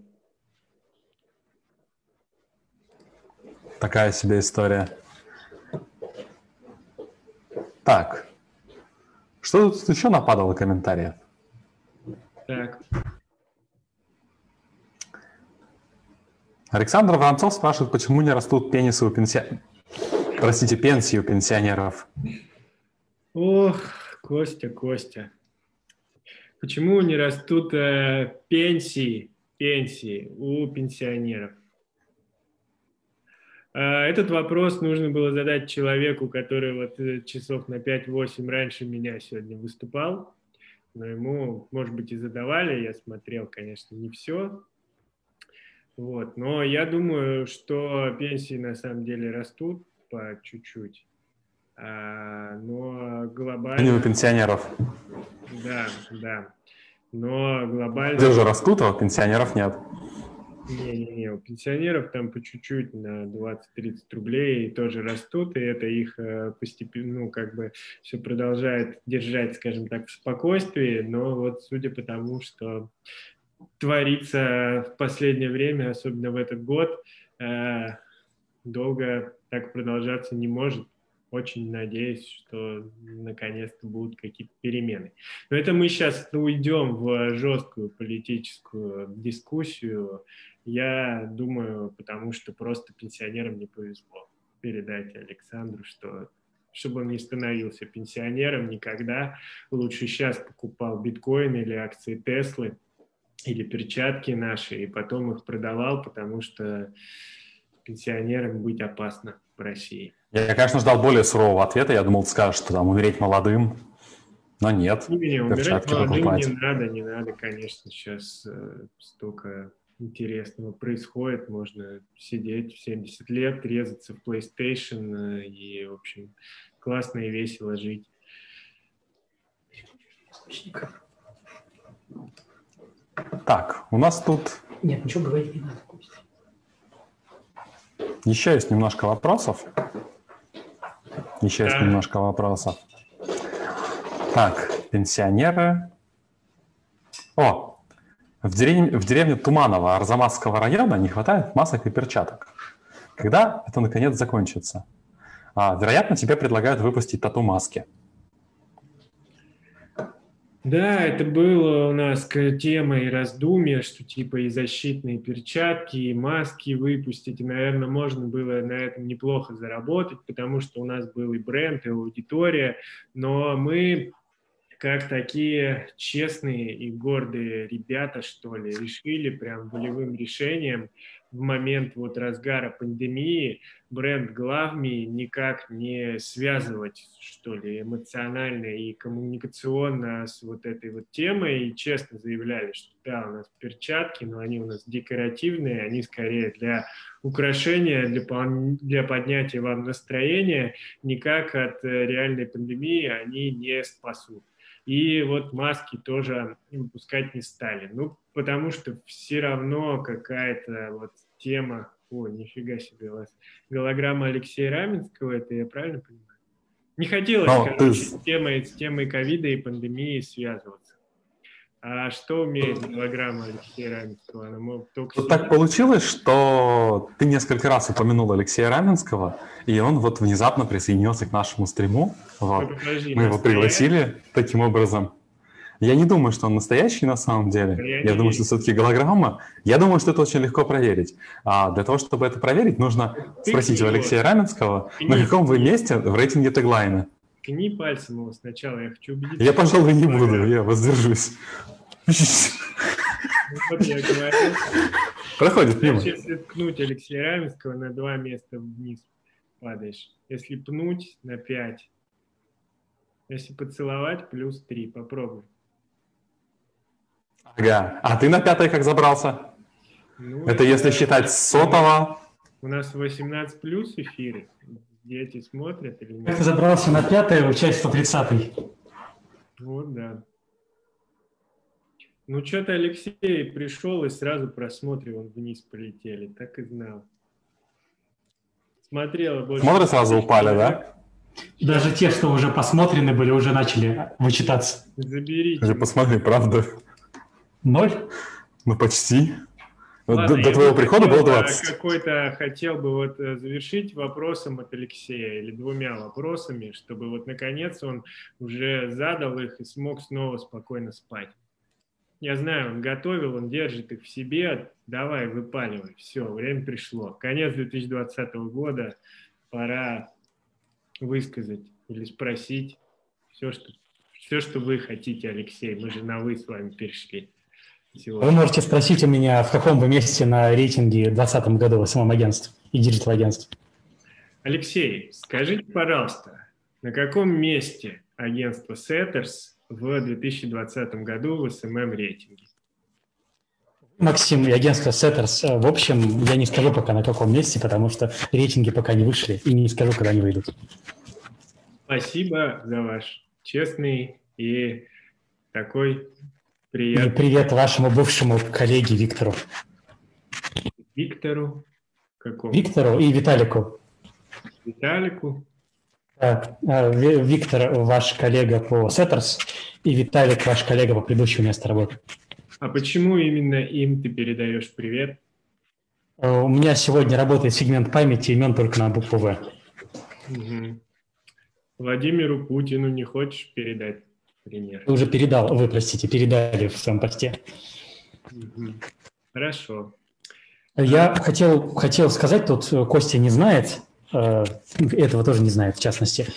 Такая себе история. Так, что тут еще нападало комментариев? Так, Александр Воронцов спрашивает, почему не растут пенисы у пенсии у пенсионеров. ох, Костя. Почему не растут пенсии у пенсионеров? Этот вопрос нужно было задать человеку, который вот часов на 5-8 раньше меня сегодня выступал. Но ему, может быть, и задавали, я смотрел, конечно, не все. Вот. Но я думаю, что пенсии на самом деле растут по чуть-чуть. Но Не у глобально... пенсионеров. Да. Но глобально... Люди уже растут, а у пенсионеров нет. Не, у пенсионеров там по чуть-чуть на 20-30 рублей тоже растут, и это их постепенно, ну, как бы все продолжает держать, скажем так, в спокойствии, но вот судя по тому, что творится в последнее время, особенно в этот год, долго так продолжаться не может. Очень надеюсь, что наконец-то будут какие-то перемены. Но это мы сейчас уйдем в жесткую политическую дискуссию. Я думаю, потому что просто пенсионерам не повезло. Передайте Александру, что чтобы он не становился пенсионером никогда, лучше сейчас покупал биткоин или акции Теслы, или перчатки наши, и потом их продавал, потому что пенсионерам быть опасно в России. Я, конечно, ждал более сурового ответа. Я думал, ты скажешь, что там умереть молодым. Но нет. Не, умирать Перчатки молодым покупать. не надо, конечно, сейчас столько интересного происходит, можно сидеть в 70 лет, резаться в PlayStation и, в общем, классно и весело жить. Так, у нас тут... Нет, ничего говорить не надо, Костя. Еще есть немножко вопросов. Так, пенсионеры. О, в деревне Туманово Арзамасского района не хватает масок и перчаток. Когда это наконец закончится? Вероятно, тебе предлагают выпустить тату-маски. Да, это было у нас тема и раздумья, что типа и защитные перчатки, и маски выпустить. И, наверное, можно было на этом неплохо заработать, потому что у нас был и бренд, и аудитория. Но мы, как такие честные и гордые ребята, что ли, решили прям волевым решением в момент вот разгара пандемии бренд Главми никак не связывать, что ли, эмоционально и коммуникационно с вот этой вот темой. И честно заявляли, что да, у нас перчатки, но они у нас декоративные, они скорее для украшения, для поднятия вам настроения, никак от реальной пандемии они не спасут. И вот маски тоже выпускать не стали. Ну, потому что все равно какая-то вот тема... Ой, нифига себе у вас. Голограмма Алексея Раменского, это я правильно понимаю? Не хотелось, Но короче, ты... с темой ковида и пандемии связываться. А что умеет голограмма Алексея Раменского? Она только Вот так получилось, что ты несколько раз упомянул Алексея Раменского, и он вот внезапно присоединился к нашему стриму. Вот. подожди, Мы его пригласили таким образом. Я не думаю, что он настоящий на самом деле. Я думаю, что все-таки голограмма. Я думаю, что это очень легко проверить. А для того, чтобы это проверить, нужно спросить у Алексея Раменского, на каком вы месте в рейтинге теглайна. Ткни пальцем его сначала, я хочу убедиться. Я, пожалуй, не буду, я воздержусь. Вот я говорю. Проходит мимо. Если ткнуть Алексея Раменского, на 2 места вниз падаешь. Если пнуть, на 5. Если поцеловать, плюс 3. Попробуй. Ага. А ты на 5 как забрался? Ну, это если считать с сотого. У нас 18 плюс эфиры. Дети смотрят или нет? Как ты забрался на 5-е, часть 130-й? Вот, да. Ну, что-то Алексей пришел, и сразу просмотры вон вниз полетели. Так и знал. Смотрела больше. Смотры сразу упали, да? Даже те, что уже посмотрены были, уже начали вычитаться. Заберите. Уже посмотри, правда. 0? Ну, почти. Ладно, до твоего прихода было 20. Какой-то хотел бы вот завершить вопросом от Алексея или 2 вопросами, чтобы вот наконец он уже задал их и смог снова спокойно спать. Я знаю, он готовил, он держит их в себе. Давай, выпаливай. Все, время пришло. Конец 2020 года. Пора высказать или спросить все, что вы хотите, Алексей. Мы же на «вы» с вами перешли. Вы можете спросить у меня, в каком вы месте на рейтинге в 2020 году в самом агентстве и диджитал-агентстве. Алексей, скажите, пожалуйста, на каком месте агентство Setters в 2020 году в SMM рейтинге? Максим и агентство Setters, в общем, я не скажу пока на каком месте, потому что рейтинги пока не вышли, и не скажу, когда они выйдут. Спасибо за ваш честный и такой приятный... И привет вашему бывшему коллеге Виктору. Виктору? Какому? Виктору и Виталику. Виталику? Виктор ваш коллега по Setters, и Виталик ваш коллега по предыдущему месту работы. А почему именно им ты передаешь привет? У меня сегодня работает сегмент памяти имен только на букву «В». Угу. Владимиру Путину не хочешь передать пример? Вы уже передали в своем посте. Угу. Хорошо. Я хотел сказать, тут Костя не знает, этого тоже не знает в частности,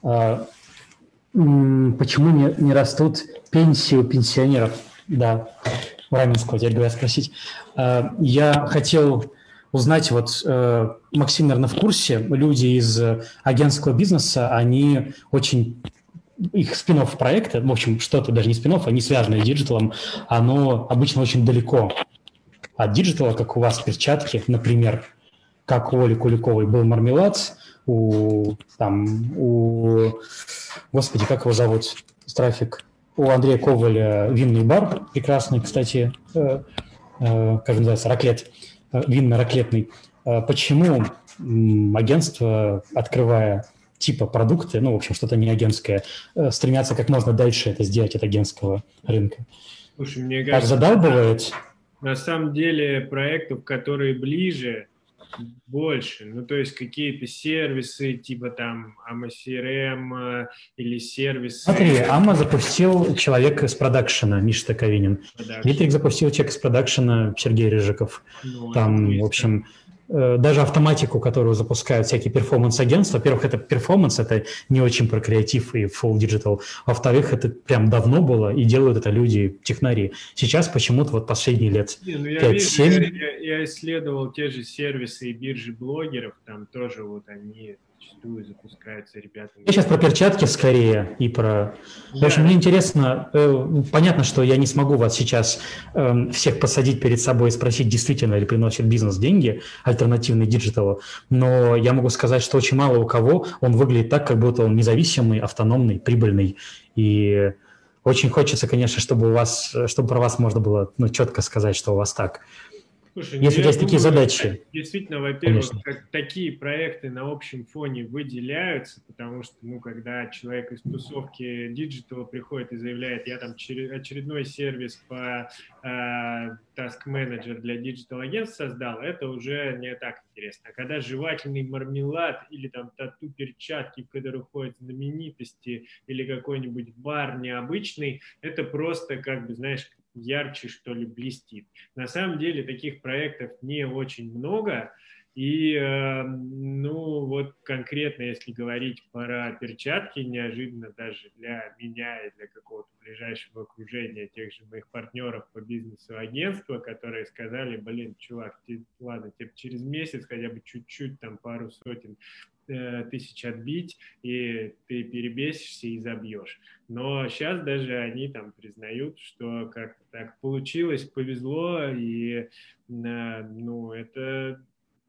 почему не растут пенсии у пенсионеров. Да, у Раменского теперь говорят спросить. Я хотел узнать, вот Максим, наверное, в курсе, люди из агентского бизнеса, они очень, их спин-офф проекты, в общем, что-то даже не спин-офф, они связаны с диджиталом, оно обычно очень далеко от диджитала, как у вас перчатки, например, как у Оли Куликовой был мармелад, господи, как его зовут, Трафик, у Андрея Коваля винный бар, прекрасный, кстати, как называется, раклет, винно-раклетный. Почему агентство, открывая типа продукты, ну, в общем, что-то не агентское, стремятся как можно дальше это сделать от агентского рынка? Слушай, мне Так кажется, задалбывает? на самом деле проектов, которые ближе, больше. Ну, то есть какие-то сервисы, типа там AMA CRM или сервисы... Смотри, AMA запустил человек из продакшена, Миша Таковинин. Дмитрий запустил человек из продакшена, Сергей Рыжиков. Ну, там, в общем, даже автоматику, которую запускают всякие перформанс-агентства. Во-первых, это перформанс, это не очень про креатив и full digital. Во-вторых, это прям давно было, и делают это люди, технари. Сейчас почему-то вот последние лет 5-7... Я исследовал те же сервисы и биржи блогеров, там тоже вот они зачастую запускаются ребятами. Я сейчас про перчатки скорее и про... В общем, мне интересно, понятно, что я не смогу вас сейчас всех посадить перед собой и спросить, действительно ли приносит бизнес деньги, альтернативный диджиталу, но я могу сказать, что очень мало у кого он выглядит так, как будто он независимый, автономный, прибыльный. И очень хочется, конечно, чтобы про вас можно было четко сказать, что у вас так. Слушай, ну Если у тебя я есть такие думаю, задачи, действительно, во-первых, конечно. как такие проекты на общем фоне выделяются, потому что, ну, когда человек из тусовки диджитала приходит и заявляет, я там очередной сервис по task manager для диджитал-агентств создал, это уже не так интересно. А когда жевательный мармелад или там тату-перчатки, в которых ходят знаменитости, или какой-нибудь бар необычный, это просто, как бы, знаешь, ярче, что ли, блестит. На самом деле таких проектов не очень много, и, ну, вот конкретно, если говорить про перчатки, неожиданно даже для меня и для какого-то ближайшего окружения тех же моих партнеров по бизнесу агентства, которые сказали, блин, чувак, ладно, тебе через месяц хотя бы чуть-чуть, там, пару сотен тысяч отбить, и ты перебесишься и забьешь. Но сейчас даже они там признают, что как-то так получилось, повезло, и ну, это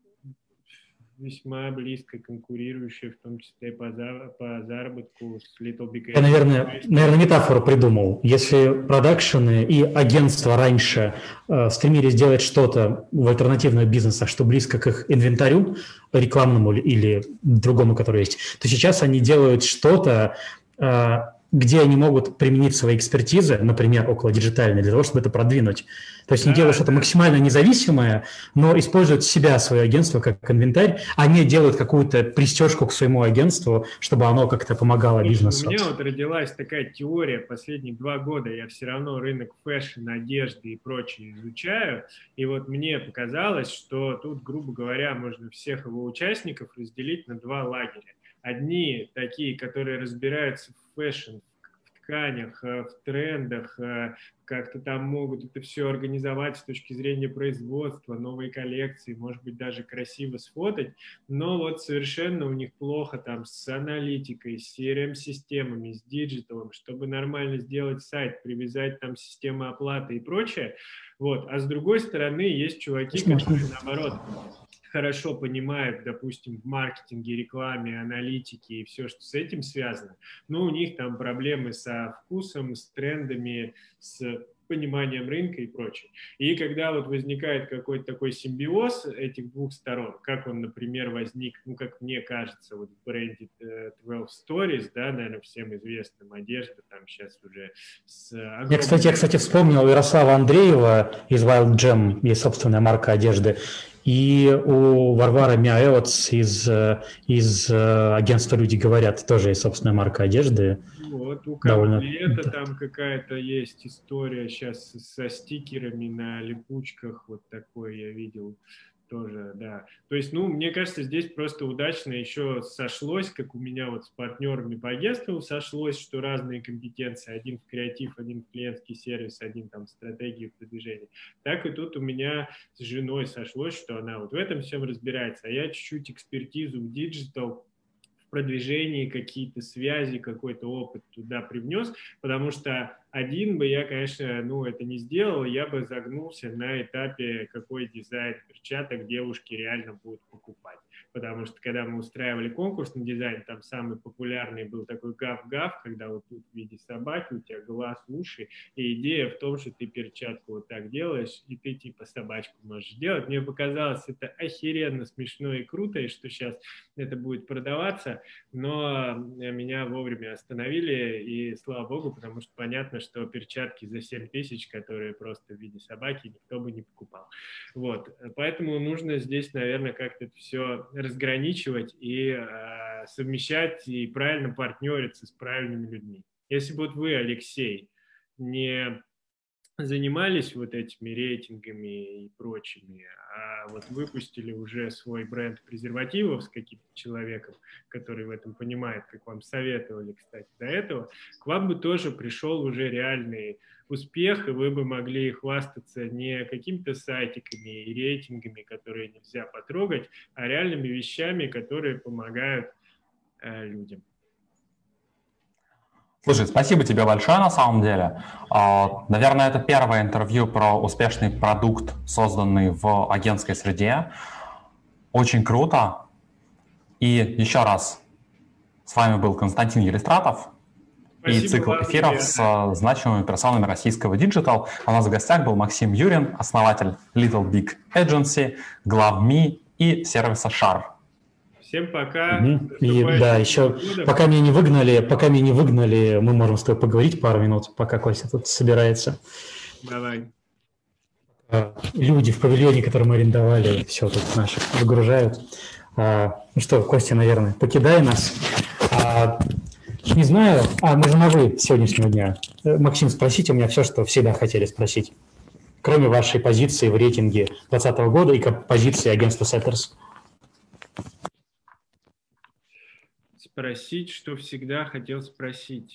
весьма близко конкурирующие, в том числе по заработку с Little Big Я, Agent. наверное, метафору придумал. Если продакшены и агентства раньше стремились делать что-то в альтернативных бизнесах, что близко к их инвентарю рекламному или другому, который есть, то сейчас они делают что-то, где они могут применить свои экспертизы, например, около диджитальной, для того, чтобы это продвинуть. То есть они делают что-то максимально независимое, но используют себя, свое агентство, как инвентарь, а не делают какую-то пристежку к своему агентству, чтобы оно как-то помогало бизнесу. У меня вот родилась такая теория последние 2 года, я все равно рынок фэшн, одежды и прочее изучаю, и вот мне показалось, что тут, грубо говоря, можно всех его участников разделить на 2 лагеря. Одни такие, которые разбираются в фэшн, в тканях, в трендах, как-то там могут это все организовать с точки зрения производства, новые коллекции, может быть, даже красиво сфотать, но вот совершенно у них плохо там с аналитикой, с CRM-системами, с диджиталом, чтобы нормально сделать сайт, привязать там систему оплаты и прочее. Вот. А с другой стороны, есть чуваки, которые, наоборот, хорошо понимают, допустим, в маркетинге, рекламе, аналитике и все, что с этим связано, но у них там проблемы со вкусом, с трендами, с пониманием рынка и прочее. И когда вот возникает какой-то такой симбиоз этих 2 сторон, как он, например, возник, ну, как мне кажется, вот в бренде 12 Stories, да, наверное, всем известным, одежда там сейчас уже с огромной... Я, кстати, вспомнил Ярослава Андреева из Wild Gem, есть собственная марка одежды, и у Варвары Мяэоц из агентства «Люди говорят» тоже есть собственная марка одежды. Вот, у Кавалета там какая-то есть история сейчас со стикерами на липучках, вот такое я видел тоже, да. То есть, ну, мне кажется, здесь просто удачно еще сошлось, как у меня вот с партнерами по агентству сошлось, что разные компетенции, один в креатив, один в клиентский сервис, один там в стратегию продвижения. Так и тут у меня с женой сошлось, что она вот в этом всем разбирается, а я чуть-чуть экспертизу в диджитал, продвижении, какие-то связи, какой-то опыт туда привнес, потому что один бы я, конечно, ну, это не сделал, я бы загнулся на этапе, какой дизайн перчаток девушки реально будут покупать. Потому что, когда мы устраивали конкурс на дизайн, там самый популярный был такой гав-гав, когда вот тут в виде собаки, у тебя глаз, уши, и идея в том, что ты перчатку вот так делаешь, и ты типа собачку можешь делать. Мне показалось это охеренно смешно и круто, и что сейчас это будет продаваться, но меня вовремя остановили, и слава богу, потому что понятно, что перчатки за 7 тысяч, которые просто в виде собаки, никто бы не покупал. Вот. Поэтому нужно здесь, наверное, как-то это все разграничивать и совмещать, и правильно партнериться с правильными людьми. Если бы вот вы, Алексей, не занимались вот этими рейтингами и прочими, а вот выпустили уже свой бренд презервативов с каким-то человеком, который в этом понимает, как вам советовали, кстати, до этого, к вам бы тоже пришел уже реальный успех, и вы бы могли хвастаться не какими-то сайтиками и рейтингами, которые нельзя потрогать, а реальными вещами, которые помогают людям. Слушай, спасибо тебе большое на самом деле. Наверное, это первое интервью про успешный продукт, созданный в агентской среде. Очень круто. И еще раз, с вами был Константин Елистратов. и Спасибо цикл вам, эфиров ребята. с значимыми персонами российского диджитал. У нас в гостях был Максим Юрин, основатель Little Big Agency, GloveMe и сервиса Shar. Всем пока. И да, еще пока меня не выгнали, мы можем с тобой поговорить пару минут, пока Костя тут собирается. Давай. Люди в павильоне, который мы арендовали, все тут наших загружают. Ну что, Костя, наверное, покидай нас. Не знаю, мы же на «вы» сегодняшнего дня. Максим, спросите у меня все, что всегда хотели спросить, кроме вашей позиции в рейтинге 2020 года и позиции агентства Setters. Спросить, что всегда хотел спросить.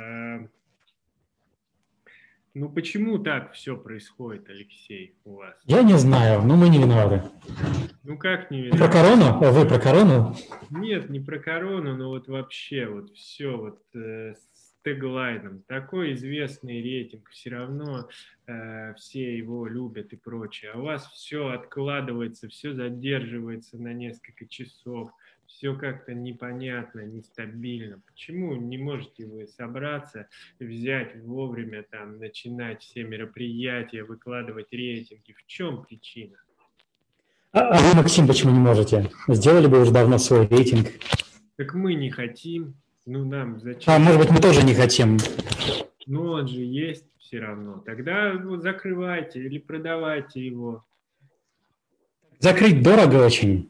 Ну, почему так все происходит, Алексей, у вас? Я не знаю, но мы не виноваты. Ну, как не Про виноваты? корону? Вы про корону? Нет, не про корону, но вот вообще вот все вот с теглайном. Такой известный рейтинг, все равно все его любят и прочее. А у вас все откладывается, все задерживается на несколько часов. Все как-то непонятно, нестабильно. Почему не можете вы собраться, взять вовремя, там, начинать все мероприятия, выкладывать рейтинги? В чем причина? А вы, Максим, почему не можете? Сделали бы уже давно свой рейтинг. Так мы не хотим. Ну, нам зачем? Может быть, мы тоже не хотим. Ну, он же есть все равно. Тогда вот закрывайте или продавайте его. Закрыть дорого очень.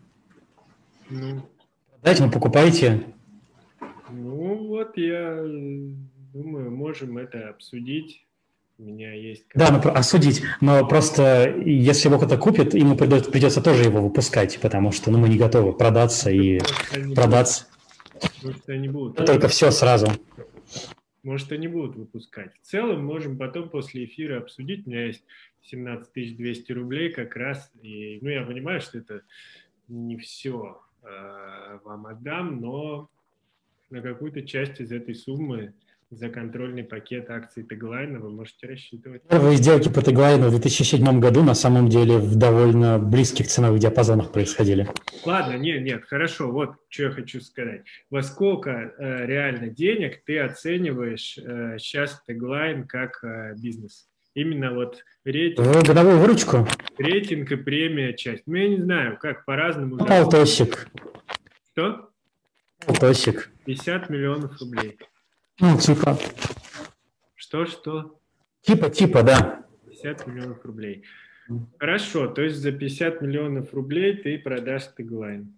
Ну, Дайте, покупайте. ну, вот я думаю, можем это обсудить. У меня есть... Да, осудить. Но просто, если его кто-то купит, ему придется тоже его выпускать, потому что мы не готовы продаться и продаться. Может, они будут. Только все сразу. Может, они будут выпускать. В целом, можем потом после эфира обсудить. У меня есть 17 200 рублей как раз. И, ну, я понимаю, что это не все вам отдам, но на какую-то часть из этой суммы за контрольный пакет акций Теглайна вы можете рассчитывать. Первые сделки по Теглайну в 2007 году на самом деле в довольно близких ценовых диапазонах происходили. Ладно, нет, хорошо. Вот что я хочу сказать. Во сколько реально денег ты оцениваешь сейчас Теглайн как бизнес? Именно вот рейтинг. Годовую выручку? Рейтинг и премия часть. Ну, я не знаю, как по-разному. Полтосик. Что? Полтосик. 50 миллионов рублей. Ну, типа. Что? Типа, да. 50 миллионов рублей. Хорошо, то есть за 50 миллионов рублей ты продашь Теглайн.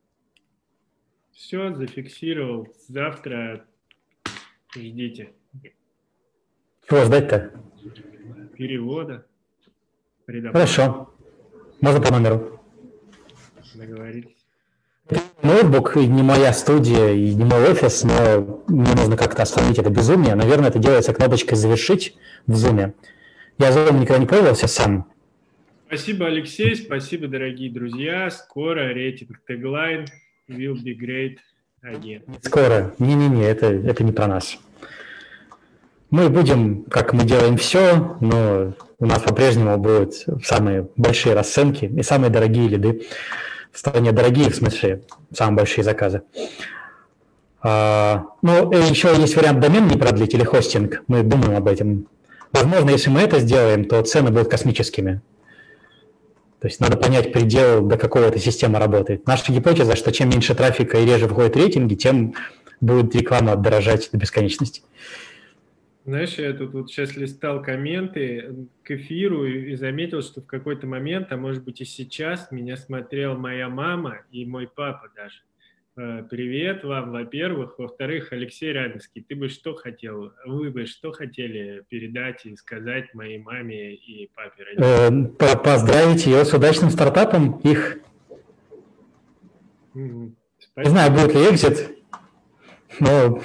Все, зафиксировал. Завтра ждите. Чего ждать-то? Перевода. Хорошо. Можно по номеру. Договорились. Ноутбук, и не моя студия, и не мой офис, но мне нужно как-то остановить это безумие. Наверное, это делается кнопочкой «Завершить» в Zoom. Я Zoom никогда не пользовался сам. Спасибо, Алексей. Спасибо, дорогие друзья. Скоро рейтинг Теглайн will be great again. Скоро. Не-не-не, это не про нас. Мы будем, как мы делаем все, но у нас по-прежнему будут самые большие расценки и самые дорогие лиды. В стране дорогие, в смысле, самые большие заказы. Ну, еще есть вариант домен не продлить или хостинг. Мы думаем об этом. Возможно, если мы это сделаем, то цены будут космическими. То есть надо понять предел, до какого эта система работает. Наша гипотеза, что чем меньше трафика и реже входят рейтинги, тем будет реклама дорожать до бесконечности. Знаешь, я тут вот сейчас листал комменты к эфиру и заметил, что в какой-то момент, а может быть и сейчас, меня смотрела моя мама и мой папа даже. Привет вам, во-первых. Во-вторых, Алексей Рябинский, ты бы что хотел, вы бы что хотели передать и сказать моей маме и папе? Поздравить ее с удачным стартапом их. Не знаю, будет ли экзит, но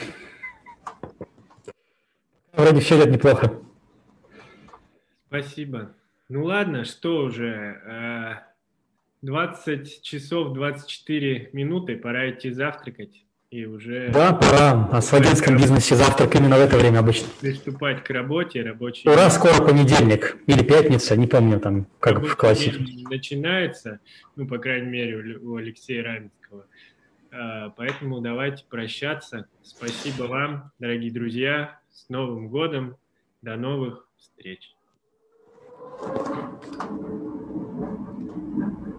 вроде все идет неплохо. Спасибо. Ну ладно, что уже... 20 часов 24 минуты, пора идти завтракать и уже... Да, пора. А в агентском бизнесе завтрак именно в это время обычно. Приступать к работе, рабочий... Ура, скоро понедельник или пятница, не помню там, как в классике. Начинается, ну, по крайней мере, у Алексея Раменского. Поэтому давайте прощаться. Спасибо вам, дорогие друзья. С Новым годом. До новых встреч.